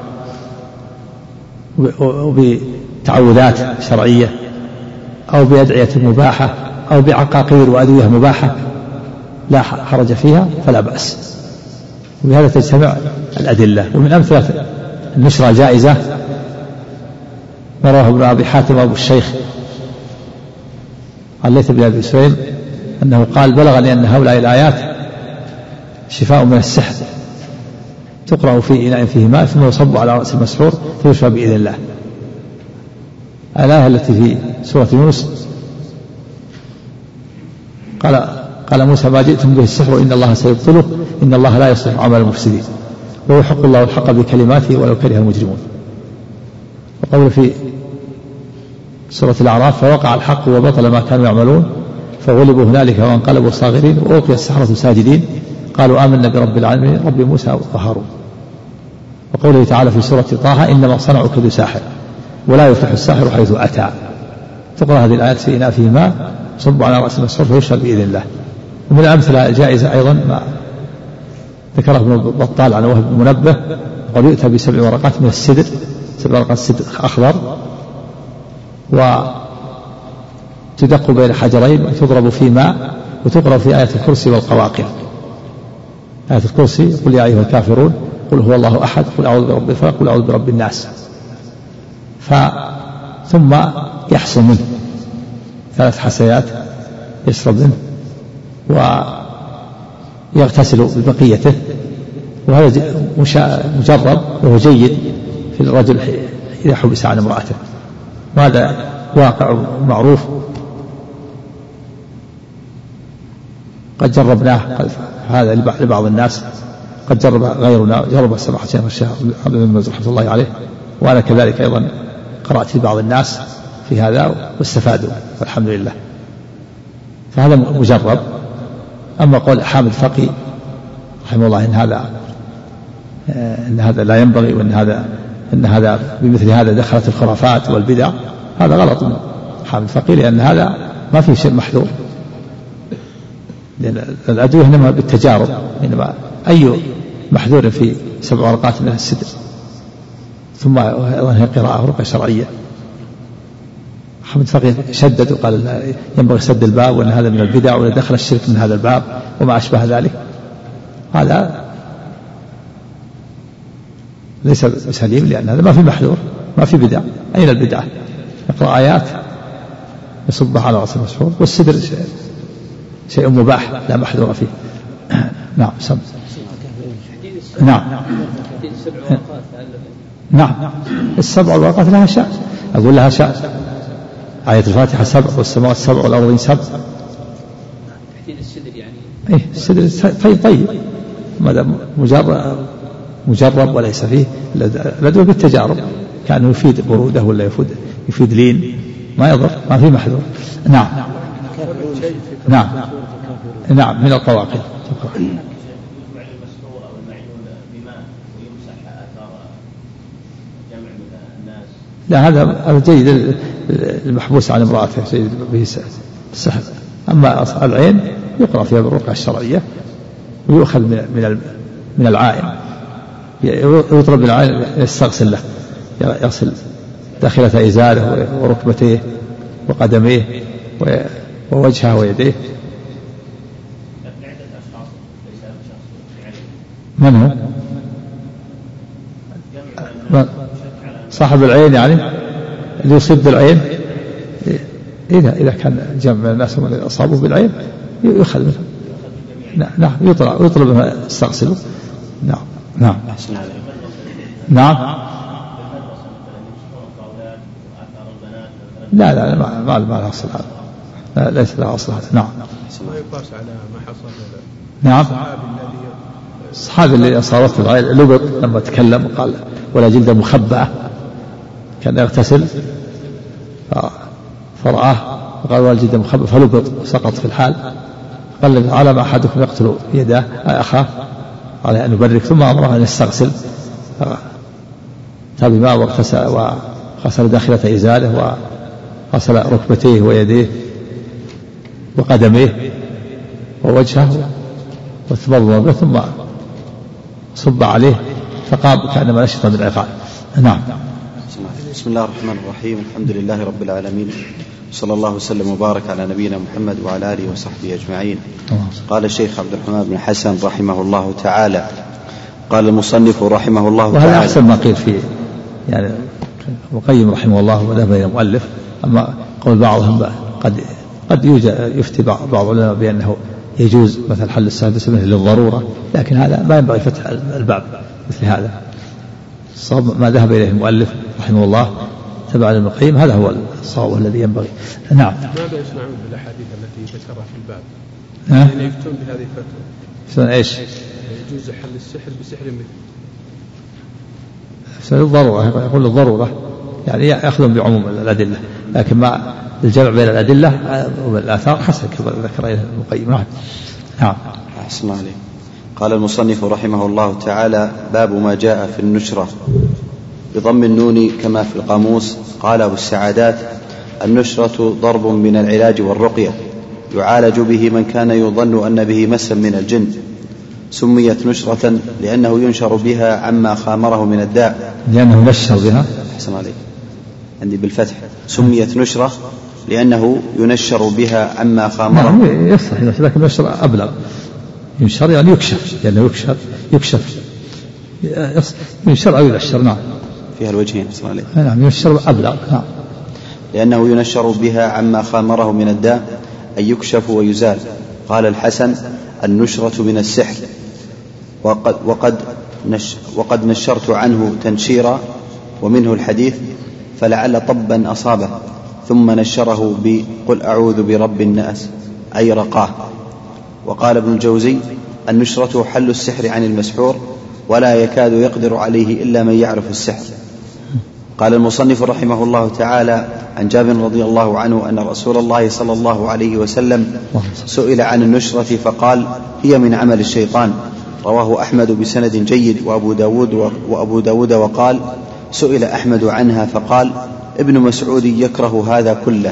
وبتعوذات شرعية أو بأدعية مباحة أو بعقاقير وأدوية مباحة لا حرج فيها فلا بأس. وبهذا تجتمع الأدلة. ومن أمثلة النشرة جائزة ما رواه ابن أبي حاتم أبو الشيخ عن ليث بن أبي سليم أنه قال بلغني أن هؤلاء الآيات شفاء من السحر تقرأ في إناء فيه ماء ثم يصب على رأس المسحور فيشفى بإذن الله. الآية التي في سورة يونس قال قال موسى ما جئتم به السحر إن الله سيبطله إن الله لا يصلح عمل المفسدين ويحق الله الحق بكلماته ولو كره المجرمون. وقول في سورة الأعراف فوقع الحق وبطل ما كانوا يعملون فغلبوا هنالك وانقلبوا صاغرين وألقي السحرة ساجدين قالوا آمنا برب العالمين رب موسى وهارون. وقوله تعالى في سورة طه إنما صنعوا كيد ساحر ولا يفلح الساحر حيث أتى. تقرأ هذه الآيات في إناء فيه ماء صب على رأس المسحور فيشفى بإذن الله. ومن الأمثلة الجائزة أيضا ما ذكره ابن بطال عن وهب بن منبه قال يؤتى بسبع ورقات من السدر سبع ورقات سدر أخضر وتدق بين حجرين وتضرب في ماء وتقرأ في آية الكرسي والقواقع. آية الكرسي قل يا أيها الكافرون قل هو الله أحد قل أعوذ برب الفلق قل أعوذ برب الناس ف ثم يحصل منه ثلاث حسيات يشرب منه ويغتسل ببقيته. وهذا مجرب وهو جيد في الرجل إذا حبس عن امرأته. وهذا واقع معروف قد جربناه هذا لبعض الناس قد جرب غيرنا جرب سماحة شيخ الشيخ عبد المنزل رحمة الله عليه وأنا كذلك أيضا قرأت لبعض الناس في هذا واستفادوا والحمد لله. فهذا مجرب. أما قول حامد فقي رحمه الله إن هذا إن هذا لا ينبغي وإن هذا إن هذا بمثل هذا دخلت الخرافات والبدع هذا غلط من حامد فقي لأن هذا ما في شيء محذور لأن الأدوية إنما بالتجارب إنما أي محذور في سبع ورقات من السدر. ثم أيضا هي قراءة رقية شرعية. حامد فقيه شدد وقال ينبغي سد الباب وأن هذا من البدع ولا دخل الشرك من هذا الباب وما أشبه ذلك. هذا ليس سليم لأن هذا ما في محذور ما في بدع. أين البدعة؟ يقرأ آيات يصبها على رأس المسحور والسدر شيء, شيء مباح لا محذور فيه. نعم سم نعم نعم السبع الورقات لها شأن أقول لها شأن. آية الفاتحة سبع والسماوات سبع والأرضين سبع. تحديد السدر يعني إيه السدر طيب طيب ماذا مجرب مجرب وليس فيه الأدوية بالتجارب كأنه يفيد برودة ولا يفيد يفيد لين ما يضر ما في محذور. نعم نعم نعم من القواقع. لا هذا هذا جيد المحبوس عن امرأته جيد به السحر. أما العين يقرأ فيها بالرقية الشرعية ويؤخذ من من العائن يطلب من العائن يستغسل له يغسل داخلة إزاره وركبتيه وقدميه ووجهه ويديه. من هو صاحب العين يعني اللي يصيب بالعين إذا إذا كان جمع الناس من أصابوا بالعين يؤخذ منه. نعم يطلع ويطلب منه يستغسله. نعم نعم نعم لا لا ما ما ما له أصل هذا لا ليس له أصل هذا. نعم ما يقاس على ما حصل. نعم الصحابي اللي أصابته العين لبط لما تكلم وقال ولا جلد مخبأة كان يغتسل فرآه وقال ولا جلد مخبأة فلبط وسقط في الحال. قال على ما أحدكم يقتل يده أخاه على أن يبرك ثم أمره أن يستغسل تاب ماء واغتسل وغسل داخلة إزاله وغسل ركبتيه ويديه وقدميه ووجهه وتمضمض ثم صب عليه فقام كأنما نشط من العقال. نعم. بسم الله الرحمن الرحيم. الحمد لله رب العالمين، صلى الله وسلم وبارك على نبينا محمد وعلى آله وصحبه أجمعين. قال الشيخ عبد الرحمن بن حسن رحمه الله تعالى: قال المصنف رحمه الله تعالى. وهذا أحسن ما قيل فيه، يعني وقيم رحمه الله وذهب إلى المؤلف. أما قول بعضهم قد قد يوجد يفتي بعض العلماء بأنه يجوز مثل حل السادس منه للضرورة، لكن هذا ما ينبغي فتح الباب مثل هذا. الصواب ما ذهب إليه المؤلف رحمه الله تبع ابن القيم، هذا هو الصواب الذي ينبغي. نعم. ماذا يصنعون بالاحاديث التي ذكرها في الباب؟ ها؟ يعني يفتون بهذه الفتوى. يفتون ايش؟ يجوز حل السحر بسحر مثل. يفتون الضرورة، يقول الضرورة يعني يأخذون بعموم الأدلة، لكن ما الجمع بين الأدلة والآثار حسن كما ذكر ابن القيم. نعم. نعم. أحسن عليك. قال المصنف رحمه الله تعالى: باب ما جاء في النشرة بضم النون كما في القاموس. قال أبو السعادات: النشرة ضرب من العلاج والرقية، يعالج به من كان يظن أن به مسا من الجن. سميت نشرة لأنه ينشر بها عما خامره من الداء. لأنه نشر بها. أحسن عليك. عندي بالفتح. سميت نشرة لأنه ينشر بها عما خامره. نعم يصح، لكن نشر أبلغ. ينشر يعني يكشف، لأنه يعني يكشف يكشف ينشر أو ينشر. نعم. فيها الوجهين. أحسن عليك. نعم ينشر أبلغ. نعم. لأنه ينشر بها عما خامره من الداء، أي يكشف ويزال. قال الحسن: النشرة من السحر، وقد, وقد, نش وقد نشرت عنه تنشيرا، ومنه الحديث: فلعل طبا أصابه ثم نشره بقل أعوذ برب الناس، أي رقاه. وقال ابن الجوزي: النشرة حل السحر عن المسحور، ولا يكاد يقدر عليه إلا من يعرف السحر. قال المصنف رحمه الله تعالى: عن جابر رضي الله عنه أن رسول الله صلى الله عليه وسلم سئل عن النشرة فقال: هي من عمل الشيطان. رواه أحمد بسند جيد وأبو داود, وأبو داود وقال: سئل أحمد عنها فقال: ابن مسعود يكره هذا كله.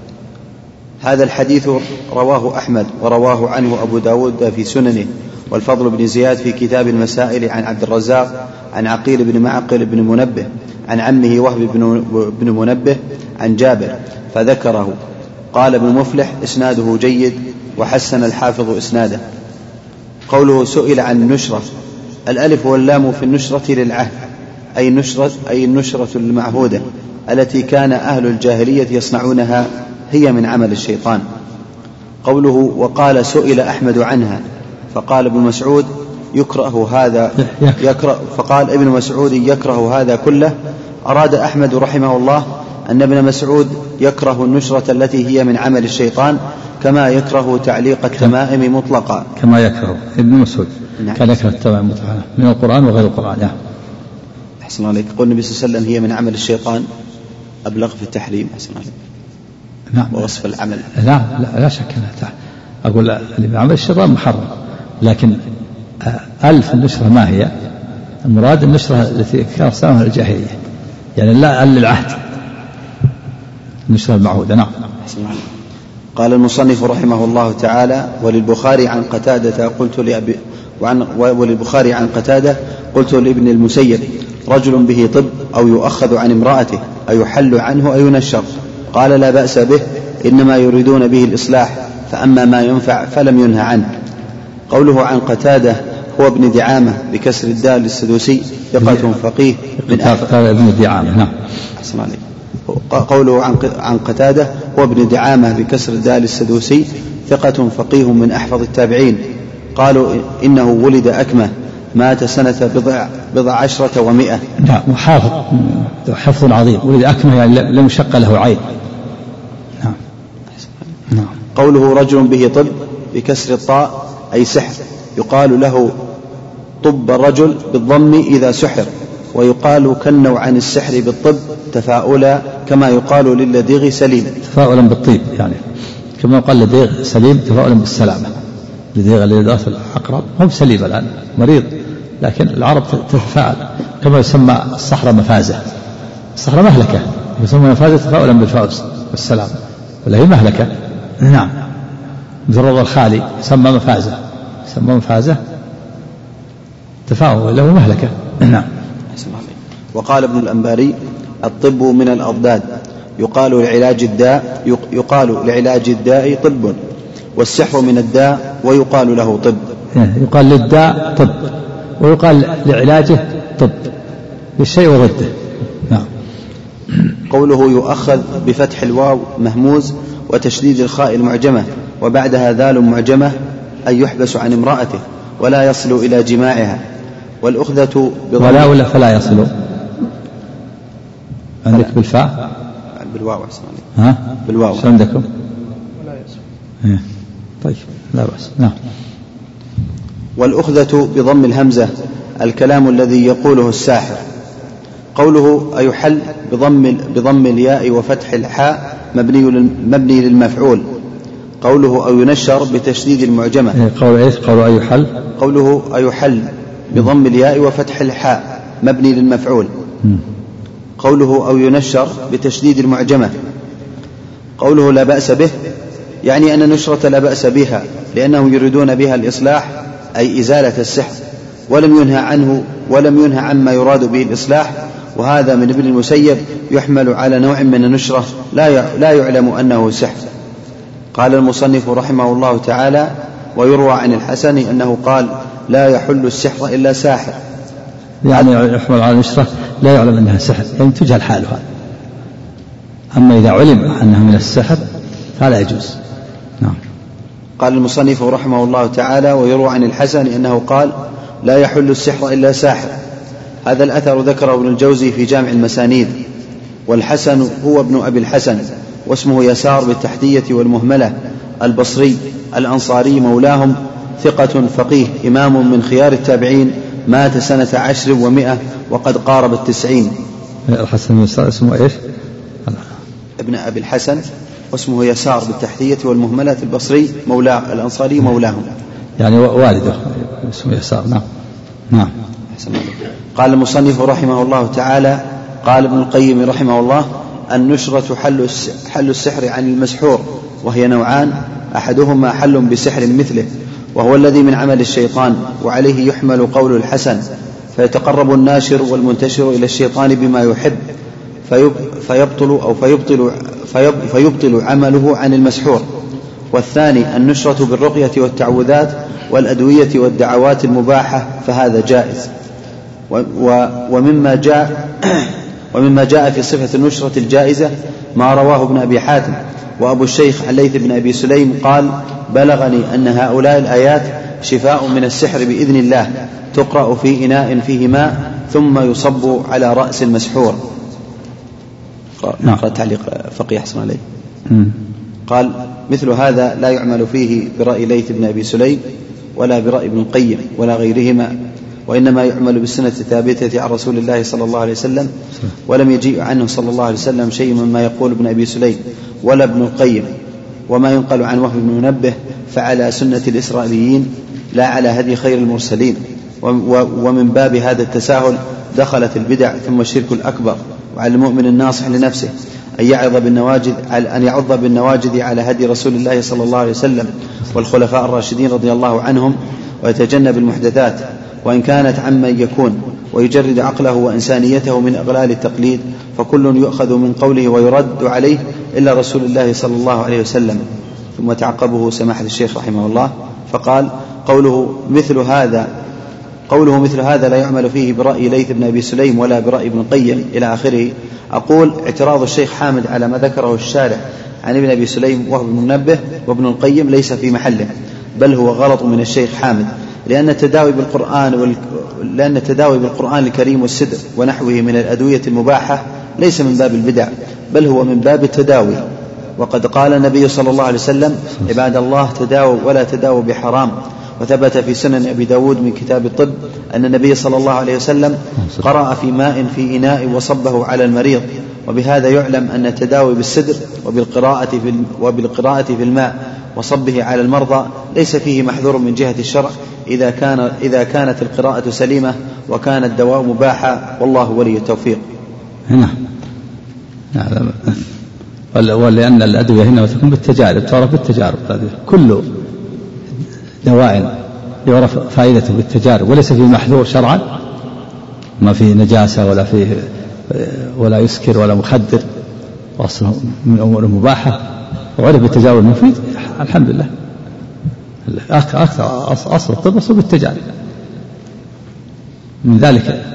هذا الحديث رواه أحمد ورواه عنه أبو داود في سننه، والفضل بن زياد في كتاب المسائل عن عبد الرزاق عن عقيل بن معقل بن منبه عن عمه وهب بن منبه عن جابر فذكره. قال ابن مفلح: إسناده جيد، وحسن الحافظ إسناده. قوله سئل عن النشرة، الألف واللام في النشرة للعهد، أي النشرة, أي النشرة المعهودة التي كان أهل الجاهلية يصنعونها، هي من عمل الشيطان. قوله وقال سئل أحمد عنها، فقال ابن مسعود يكره هذا يكره فقال ابن مسعود يكره هذا كله. أراد أحمد رحمه الله أن ابن مسعود يكره النشرة التي هي من عمل الشيطان، كما يكره تعليق التمائم مطلقا. كما يكره ابن مسعود. نعم. كان يكره التمائم مطلقا من القرآن وغير القرآن. نعم. أحسن عليك. قول النبي صلى الله عليه وسلم هي من عمل الشيطان، أبلغ في التحريم. أحسن عليك. نعم. ووصف العمل. لا لا, لا شك أنها أقول اللي من عمل الشيطان محرم، لكن ألف النشرة ما هي المراد؟ النشرة التي كانت صنعها الجاهلية، يعني لا للعهد، النشرة المعهودة. نعم. قال المصنف رحمه الله تعالى: وللبخاري عن قتادة قلت لأبي وعن وللبخاري عن قتادة قلت لابن المسيب: رجل به طب أو يؤخذ عن امرأته أيحل عنه أو ينشر؟ قال: لا بأس به، إنما يريدون به الإصلاح، فأما ما ينفع فلم ينهى عنه. قوله عن قتادة هو ابن دعامة بكسر الدال السدوسي، ثقة فقيه من قال ابن دعامة. نعم. أحسن عليك. قوله عن قتادة هو ابن دعامة بكسر الدال السدوسي، ثقة فقيه من أحفظ التابعين. قالوا إنه ولد أكمة، مات سنة بضع, بضع عشرة ومئة. نعم. وحافظ حفظ عظيم. ولد أكمة يعني لم يشق له عين. نعم. نعم. قوله رجل به طب بكسر الطاء أي سحر، يقال له طب الرجل بالضم إذا سحر، ويقال كنوا عن السحر بالطب تفاؤلا، كما يقال للدغ سليم. تفاؤلا بالطيب، يعني كما يقال لدغ سليم تفاؤلا بالسلامة. لدغ لدغ العقرب هم سليم الآن مريض، لكن العرب تتفاعل. كما يسمى الصحراء مفازة، الصحراء مهلكة يسمى مفازة تفاؤلا بالفوز والسلام، ولا هي مهلكة. نعم. مثل الرضا الخالي يسمى مفازة، يسمى مفازة تفاؤل له مهلكة. نعم. وقال ابن الأنباري: الطب من الأضداد، يقال لعلاج الداء يقال لعلاج الداء طب، والسحر من الداء ويقال له طب. يقال للداء طب ويقال لعلاجه طب، للشيء وضده. نعم. قوله يؤخذ بفتح الواو مهموز وتشديد الخاء المعجمة وبعدها ذال معجمة، أي يحبس عن امرأته ولا يصل إلى جماعها. والأخذة بضم ولا ولا فلا يصل عندك بالفاء بالواو أحسن ها بالواو عندكم ولا يصل. طيب لا بأس. نعم. والأخذة بضم الهمزة الكلام الذي يقوله الساحر. قوله أيحل بضم, بضم الياء وفتح الحاء مبني, مبني للمفعول. قوله أو ينشر بتشديد المعجمة. قول إيش؟ قوله أيحل قوله أيحل بضم الياء وفتح الحاء مبني للمفعول. قوله أو ينشر بتشديد المعجمة. قوله لا بأس به يعني أن النشرة لا بأس بها، لأنهم يريدون بها الإصلاح أي إزالة السحر، ولم ينهى عنه ولم ينهى عما يراد به الإصلاح. وهذا من ابن المسيب يحمل على نوع من النشرة لا لا يعلم أنه سحر. قال المصنف رحمه الله تعالى: ويروى عن الحسن أنه قال: لا يحل السحر إلا ساحر. يعني يحمل على النشرة لا يعلم أنها سحر، يعني تجهل حالها. أما إذا علم أنها من السحر فلا يجوز. نعم. قال المصنف رحمه الله تعالى: ويروى عن الحسن أنه قال: لا يحل السحر إلا ساحر. هذا الأثر ذكره ابن الجوزي في جامع المسانيد. والحسن هو ابن أبي الحسن، واسمه يسار بالتحتية والمهملة، البصري الأنصاري مولاهم، ثقة فقيه، إمام من خيار التابعين، مات سنة عشر ومائة وقد قارب التسعين. الحسن اسمه إيش؟ ابن أبي الحسن، واسمه يسار بالتحتية والمهملة، البصري مولاه الأنصاري مولاهم، يعني والده اسمه يسار. نعم. نعم. قال المصنف رحمه الله تعالى: قال ابن القيم رحمه الله: النشرة حل حل السحر عن المسحور، وهي نوعان: أحدهما حل بسحر مثله وهو الذي من عمل الشيطان، وعليه يحمل قول الحسن، فيتقرب الناشر والمنتشر إلى الشيطان بما يحب فيبطل أو فيبطل, فيبطل عمله عن المسحور. والثاني النشرة بالرقية والتعوذات والأدوية والدعوات المباحة، فهذا جائز. ومما جاء ومما جاء في صفة النشرة الجائزة ما رواه ابن أبي حاتم وأبو الشيخ عن ليث بن أبي سليم قال: بلغني أن هؤلاء الآيات شفاء من السحر بإذن الله، تقرأ في إناء فيه ماء ثم يصب على رأس المسحور. نقرأ تعليق فقيه أحسن عليه. قال: مثل هذا لا يعمل فيه برأي ليث بن أبي سليم ولا برأي ابن القيم ولا غيرهما، وإنما يعمل بالسنة الثابتة عن رسول الله صلى الله عليه وسلم، ولم يجيء عنه صلى الله عليه وسلم شيء مما يقول ابن أبي سليم ولا ابن القيم. وما ينقل عن وهب بن منبه فعلى سنة الإسرائيليين لا على هدي خير المرسلين. ومن باب هذا التساهل دخلت البدع ثم الشرك الأكبر. وعلى المؤمن الناصح لنفسه أن يعظ بالنواجذ أن يعض بالنواجذ على هدي رسول الله صلى الله عليه وسلم والخلفاء الراشدين رضي الله عنهم، ويتجنب المحدثات وإن كانت عمن يكون، ويجرد عقله وإنسانيته من أغلال التقليد، فكل يؤخذ من قوله ويرد عليه إلا رسول الله صلى الله عليه وسلم. ثم تعقبه سماحة الشيخ رحمه الله فقال: قوله مثل هذا قوله مثل هذا لا يعمل فيه برأي ليث بن أبي سليم ولا برأي ابن القيم إلى آخره. أقول: اعتراض الشيخ حامد على ما ذكره الشارح عن ابن أبي سليم وهو ابن منبه وابن القيم ليس في محله، بل هو غلط من الشيخ حامد، لأن التداوي بالقرآن وال... لأن التداوي بالقرآن الكريم والسدر ونحوه من الأدوية المباحة ليس من باب البدع، بل هو من باب التداوي. وقد قال النبي صلى الله عليه وسلم: عباد الله تداووا ولا تداووا بحرام. وثبت في سنن أبي داود من كتاب الطب أن النبي صلى الله عليه وسلم قرأ في ماء في إناء وصبه على المريض. وبهذا يعلم أن التداوي بالسدر وبالقراءة في, وبالقراءة في الماء وصبه على المرضى ليس فيه محذور من جهة الشرع إذا, كان إذا كانت القراءة سليمة وكان الدواء مباحا، والله ولي التوفيق. نعم. ولأن الأدوية هنا تكون بالتجارب، تعرف بالتجارب. كل دواء يعرف فائدته بالتجارب وليس فيه محذور شرعا، ما فيه نجاسة ولا فيه ولا يسكر ولا مخدر وأصله من أمور مباحة وعرف بالتجارب المفيد، الحمد لله. أكثر أصل الطب أصل بالتجارب. من ذلك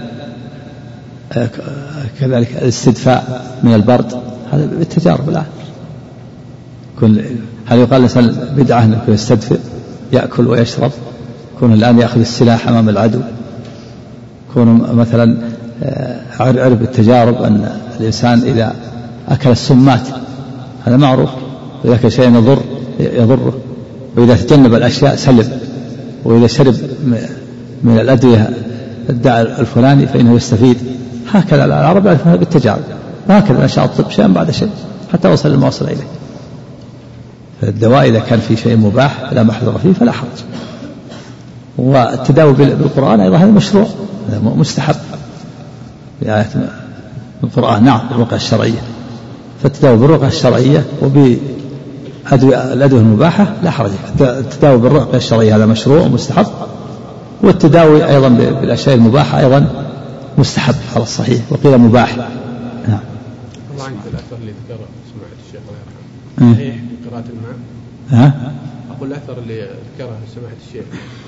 كذلك الاستدفاء من البرد هذا بالتجارب الآن. كل هل يقال الإنسان بدعة أنه يستدفئ يأكل ويشرب؟ كون الآن يأخذ السلاح أمام العدو، كون مثلا عرف بالتجارب أن الإنسان إذا أكل السمات هذا معروف، إذا أكل شيء يضر يضره، وإذا تجنب الأشياء سلم، وإذا شرب من الأدوية الداء الفلاني فإنه يستفيد. هكذا العرب يعرفونها بالتجارب، وهكذا نشأ الطب شيئا بعد شيء حتى وصل لما وصل إليه. فالدواء إذا كان في شيء مباح لا محذور فيه فلا حرج. والتداوي بالقرآن أيضا هذا مشروع، هذا مستحب بآيات القرآن. نعم الرقية الشرعية، فالتداوي بالرقية الشرعية وبالأدوية المباحة لا حرج. التداوي بالرقية الشرعية هذا مشروع ومستحب، والتداوي أيضا بالأشياء المباحة أيضا مستحب على الصحيح، وقيل مباح. نعم. الله عنك الأثر اللي ذكره سمعت الشيخ الله يرحمه صحيح في قراءة الماء؟ ها؟ أقول الأثر اللي ذكره سمعت الشيخ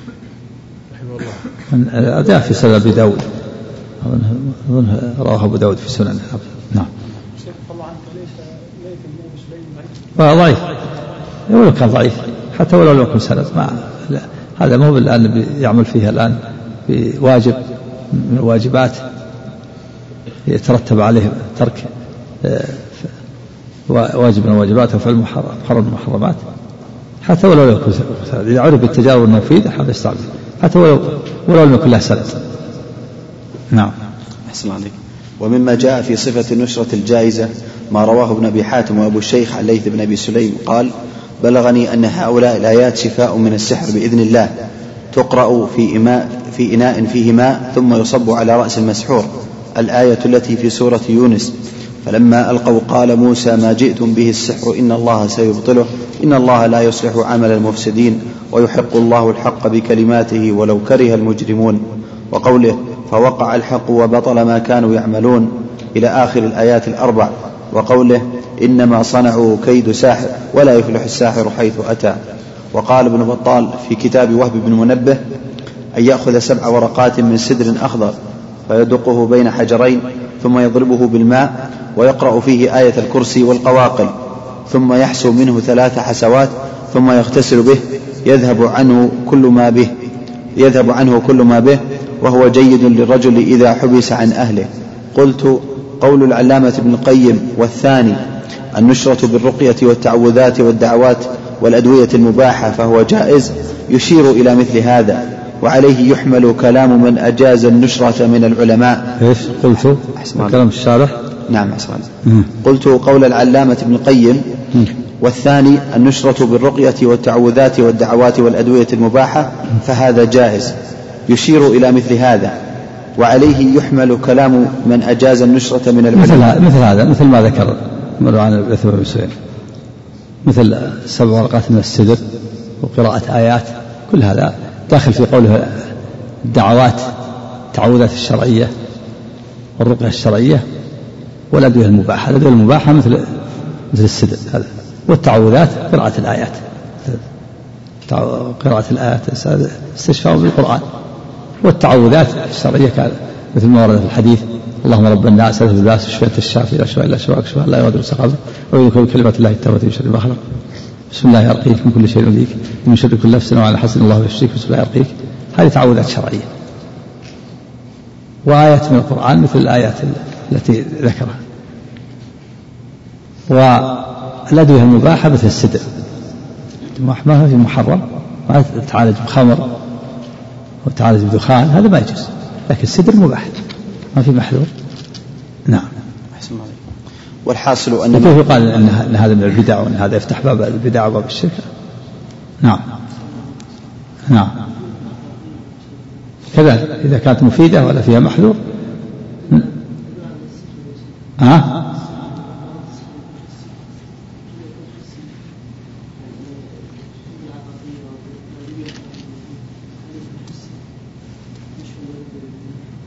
رحمه الله جاء في سنن أبي داود، أظن رواه أبو داود في سنن. نعم. شيخ الله عنك ليس ليس ابن ضعيف، ولو كان ضعيف حتى ولو لم يكن سند ما هذا مو الآن يعمل فيها الآن في واجب من الواجبات يترتب عليه ترك واجب من الواجبات وفعل محرم من المحرمات، حتى ولو لم يكن سند. إذا عرف بالتجارب المفيدة حتى يستعمل حتى ولو ولو لم يكن له سند. نعم. أحسن عليك. ومما جاء في صفة النشرة الجائزة ما رواه ابن أبي حاتم وأبو الشيخ عن ليث بن أبي سليم قال: بلغني أن هؤلاء الآيات شفاء من السحر بإذن الله، تقرأ في إماء في إناء فيه ماء ثم يصب على رأس المسحور، الآية التي في سورة يونس: فلما ألقوا قال موسى ما جئتم به السحر إن الله سيبطله إن الله لا يصلح عمل المفسدين ويحق الله الحق بكلماته ولو كره المجرمون. وقوله: فوقع الحق وبطل ما كانوا يعملون إلى آخر الآيات الأربع. وقوله: إنما صنعوا كيد ساحر ولا يفلح الساحر حيث أتى. وقال ابن بطال في كتاب وهب بن منبه: أن يأخذ سبع ورقات من سدر أخضر فيدقه بين حجرين ثم يضربه بالماء ويقرأ فيه آية الكرسي والقواقل ثم يحسو منه ثلاث حسوات ثم يغتسل به يذهب عنه كل ما به يذهب عنه كل ما به وهو جيد للرجل إذا حبس عن أهله. قلت: قول العلامة ابن القيم والثاني النشرة بالرقية والتعوذات والدعوات والأدوية المباحة فهو جائز يشير إلى مثل هذا، وعليه يحمل كلام من أجاز النشرة من العلماء. إيش قلت؟ كلام الشارح. نعم أحسن. قلت: قول العلامة ابن القيم والثاني النشرة بالرقية والتعوذات والدعوات والأدوية المباحة فهذا جائز يشير إلى مثل هذا، وعليه يحمل كلام من أجاز النشرة من العلماء. مثل, مثل هذا مثل ما ذكر مروان البث بن سعيد، مثل سبع ورقات من السدر وقراءة آيات، كل هذا داخل في قوله الدعوات التعوذات الشرعية والرقية الشرعية والأدوية المباحة. الأدوية المباحة مثل مثل السدر هذا، والتعوذات قراءة الآيات قراءة الآيات استشفاء بالقرآن، والتعوذات الشرعية كان مثل ما ورد في الحديث: اللهم رب الناس أذهب الباس وشفيت الشافي لا شفاء إلا شفاءك شفاء لا يغادر سقما ويذكر كلمة الله التامة من شر ما خلق بسم الله يرقيك من كل شيء يؤذيك من شر كل نفس وعلى حسن الله يشفيك بسم الله يرقيك. هذه تعوذات شرعية. وآيات من القرآن مثل الآيات التي ذكرها. والأدوية المباحة مثل السدر ما في محرم، ما تعالج بخمر وتعالج بدخان هذا ما يجوز، لكن السدر مباح ما في محذور. نعم. والحاصل أن كيف يقال أن هذا من البدع وأن هذا يفتح باب البدع وباب الشرك؟ نعم نعم كذلك إذا كانت مفيدة ولا فيها محذور. ها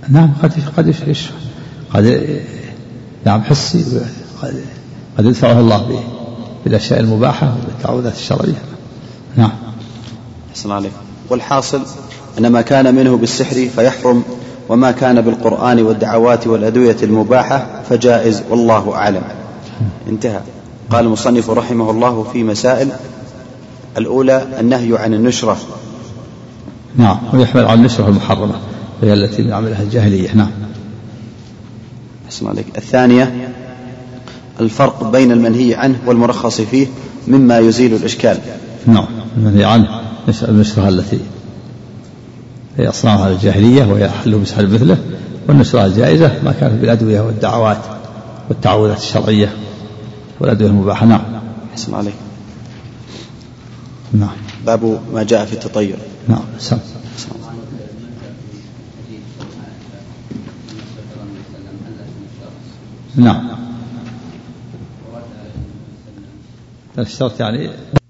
نعم قد قد يشفع، قد نعم حسي، قد قد يدفعه الله بالأشياء المباحة والتعوذات الشرعية. نعم. أحسن عليك. والحاصل أن ما كان منه بالسحر فيحرم، وما كان بالقرآن والدعوات والأدوية المباحة فجائز، والله أعلم. انتهى. قال المصنف رحمه الله في مسائل: الأولى النهي عن النشرة. نعم، ويحمل على النشرة المحرمة وهي التي من عملها الجاهلية. نعم. أحسن عليك. الثانية الفرق بين المنهي عنه والمرخص فيه مما يزيل الإشكال. نعم، المنهي عنه النشرة التي هي أصنامها الجاهلية وهي حل مسحل مثله، والنشرة الجائزة ما كانت بالأدوية والدعوات والتعوذات الشرعية والأدوية المباحة. نعم. أحسن عليك. نعم. باب ما جاء في التطير. نعم. سم. نعم. الشرط يعني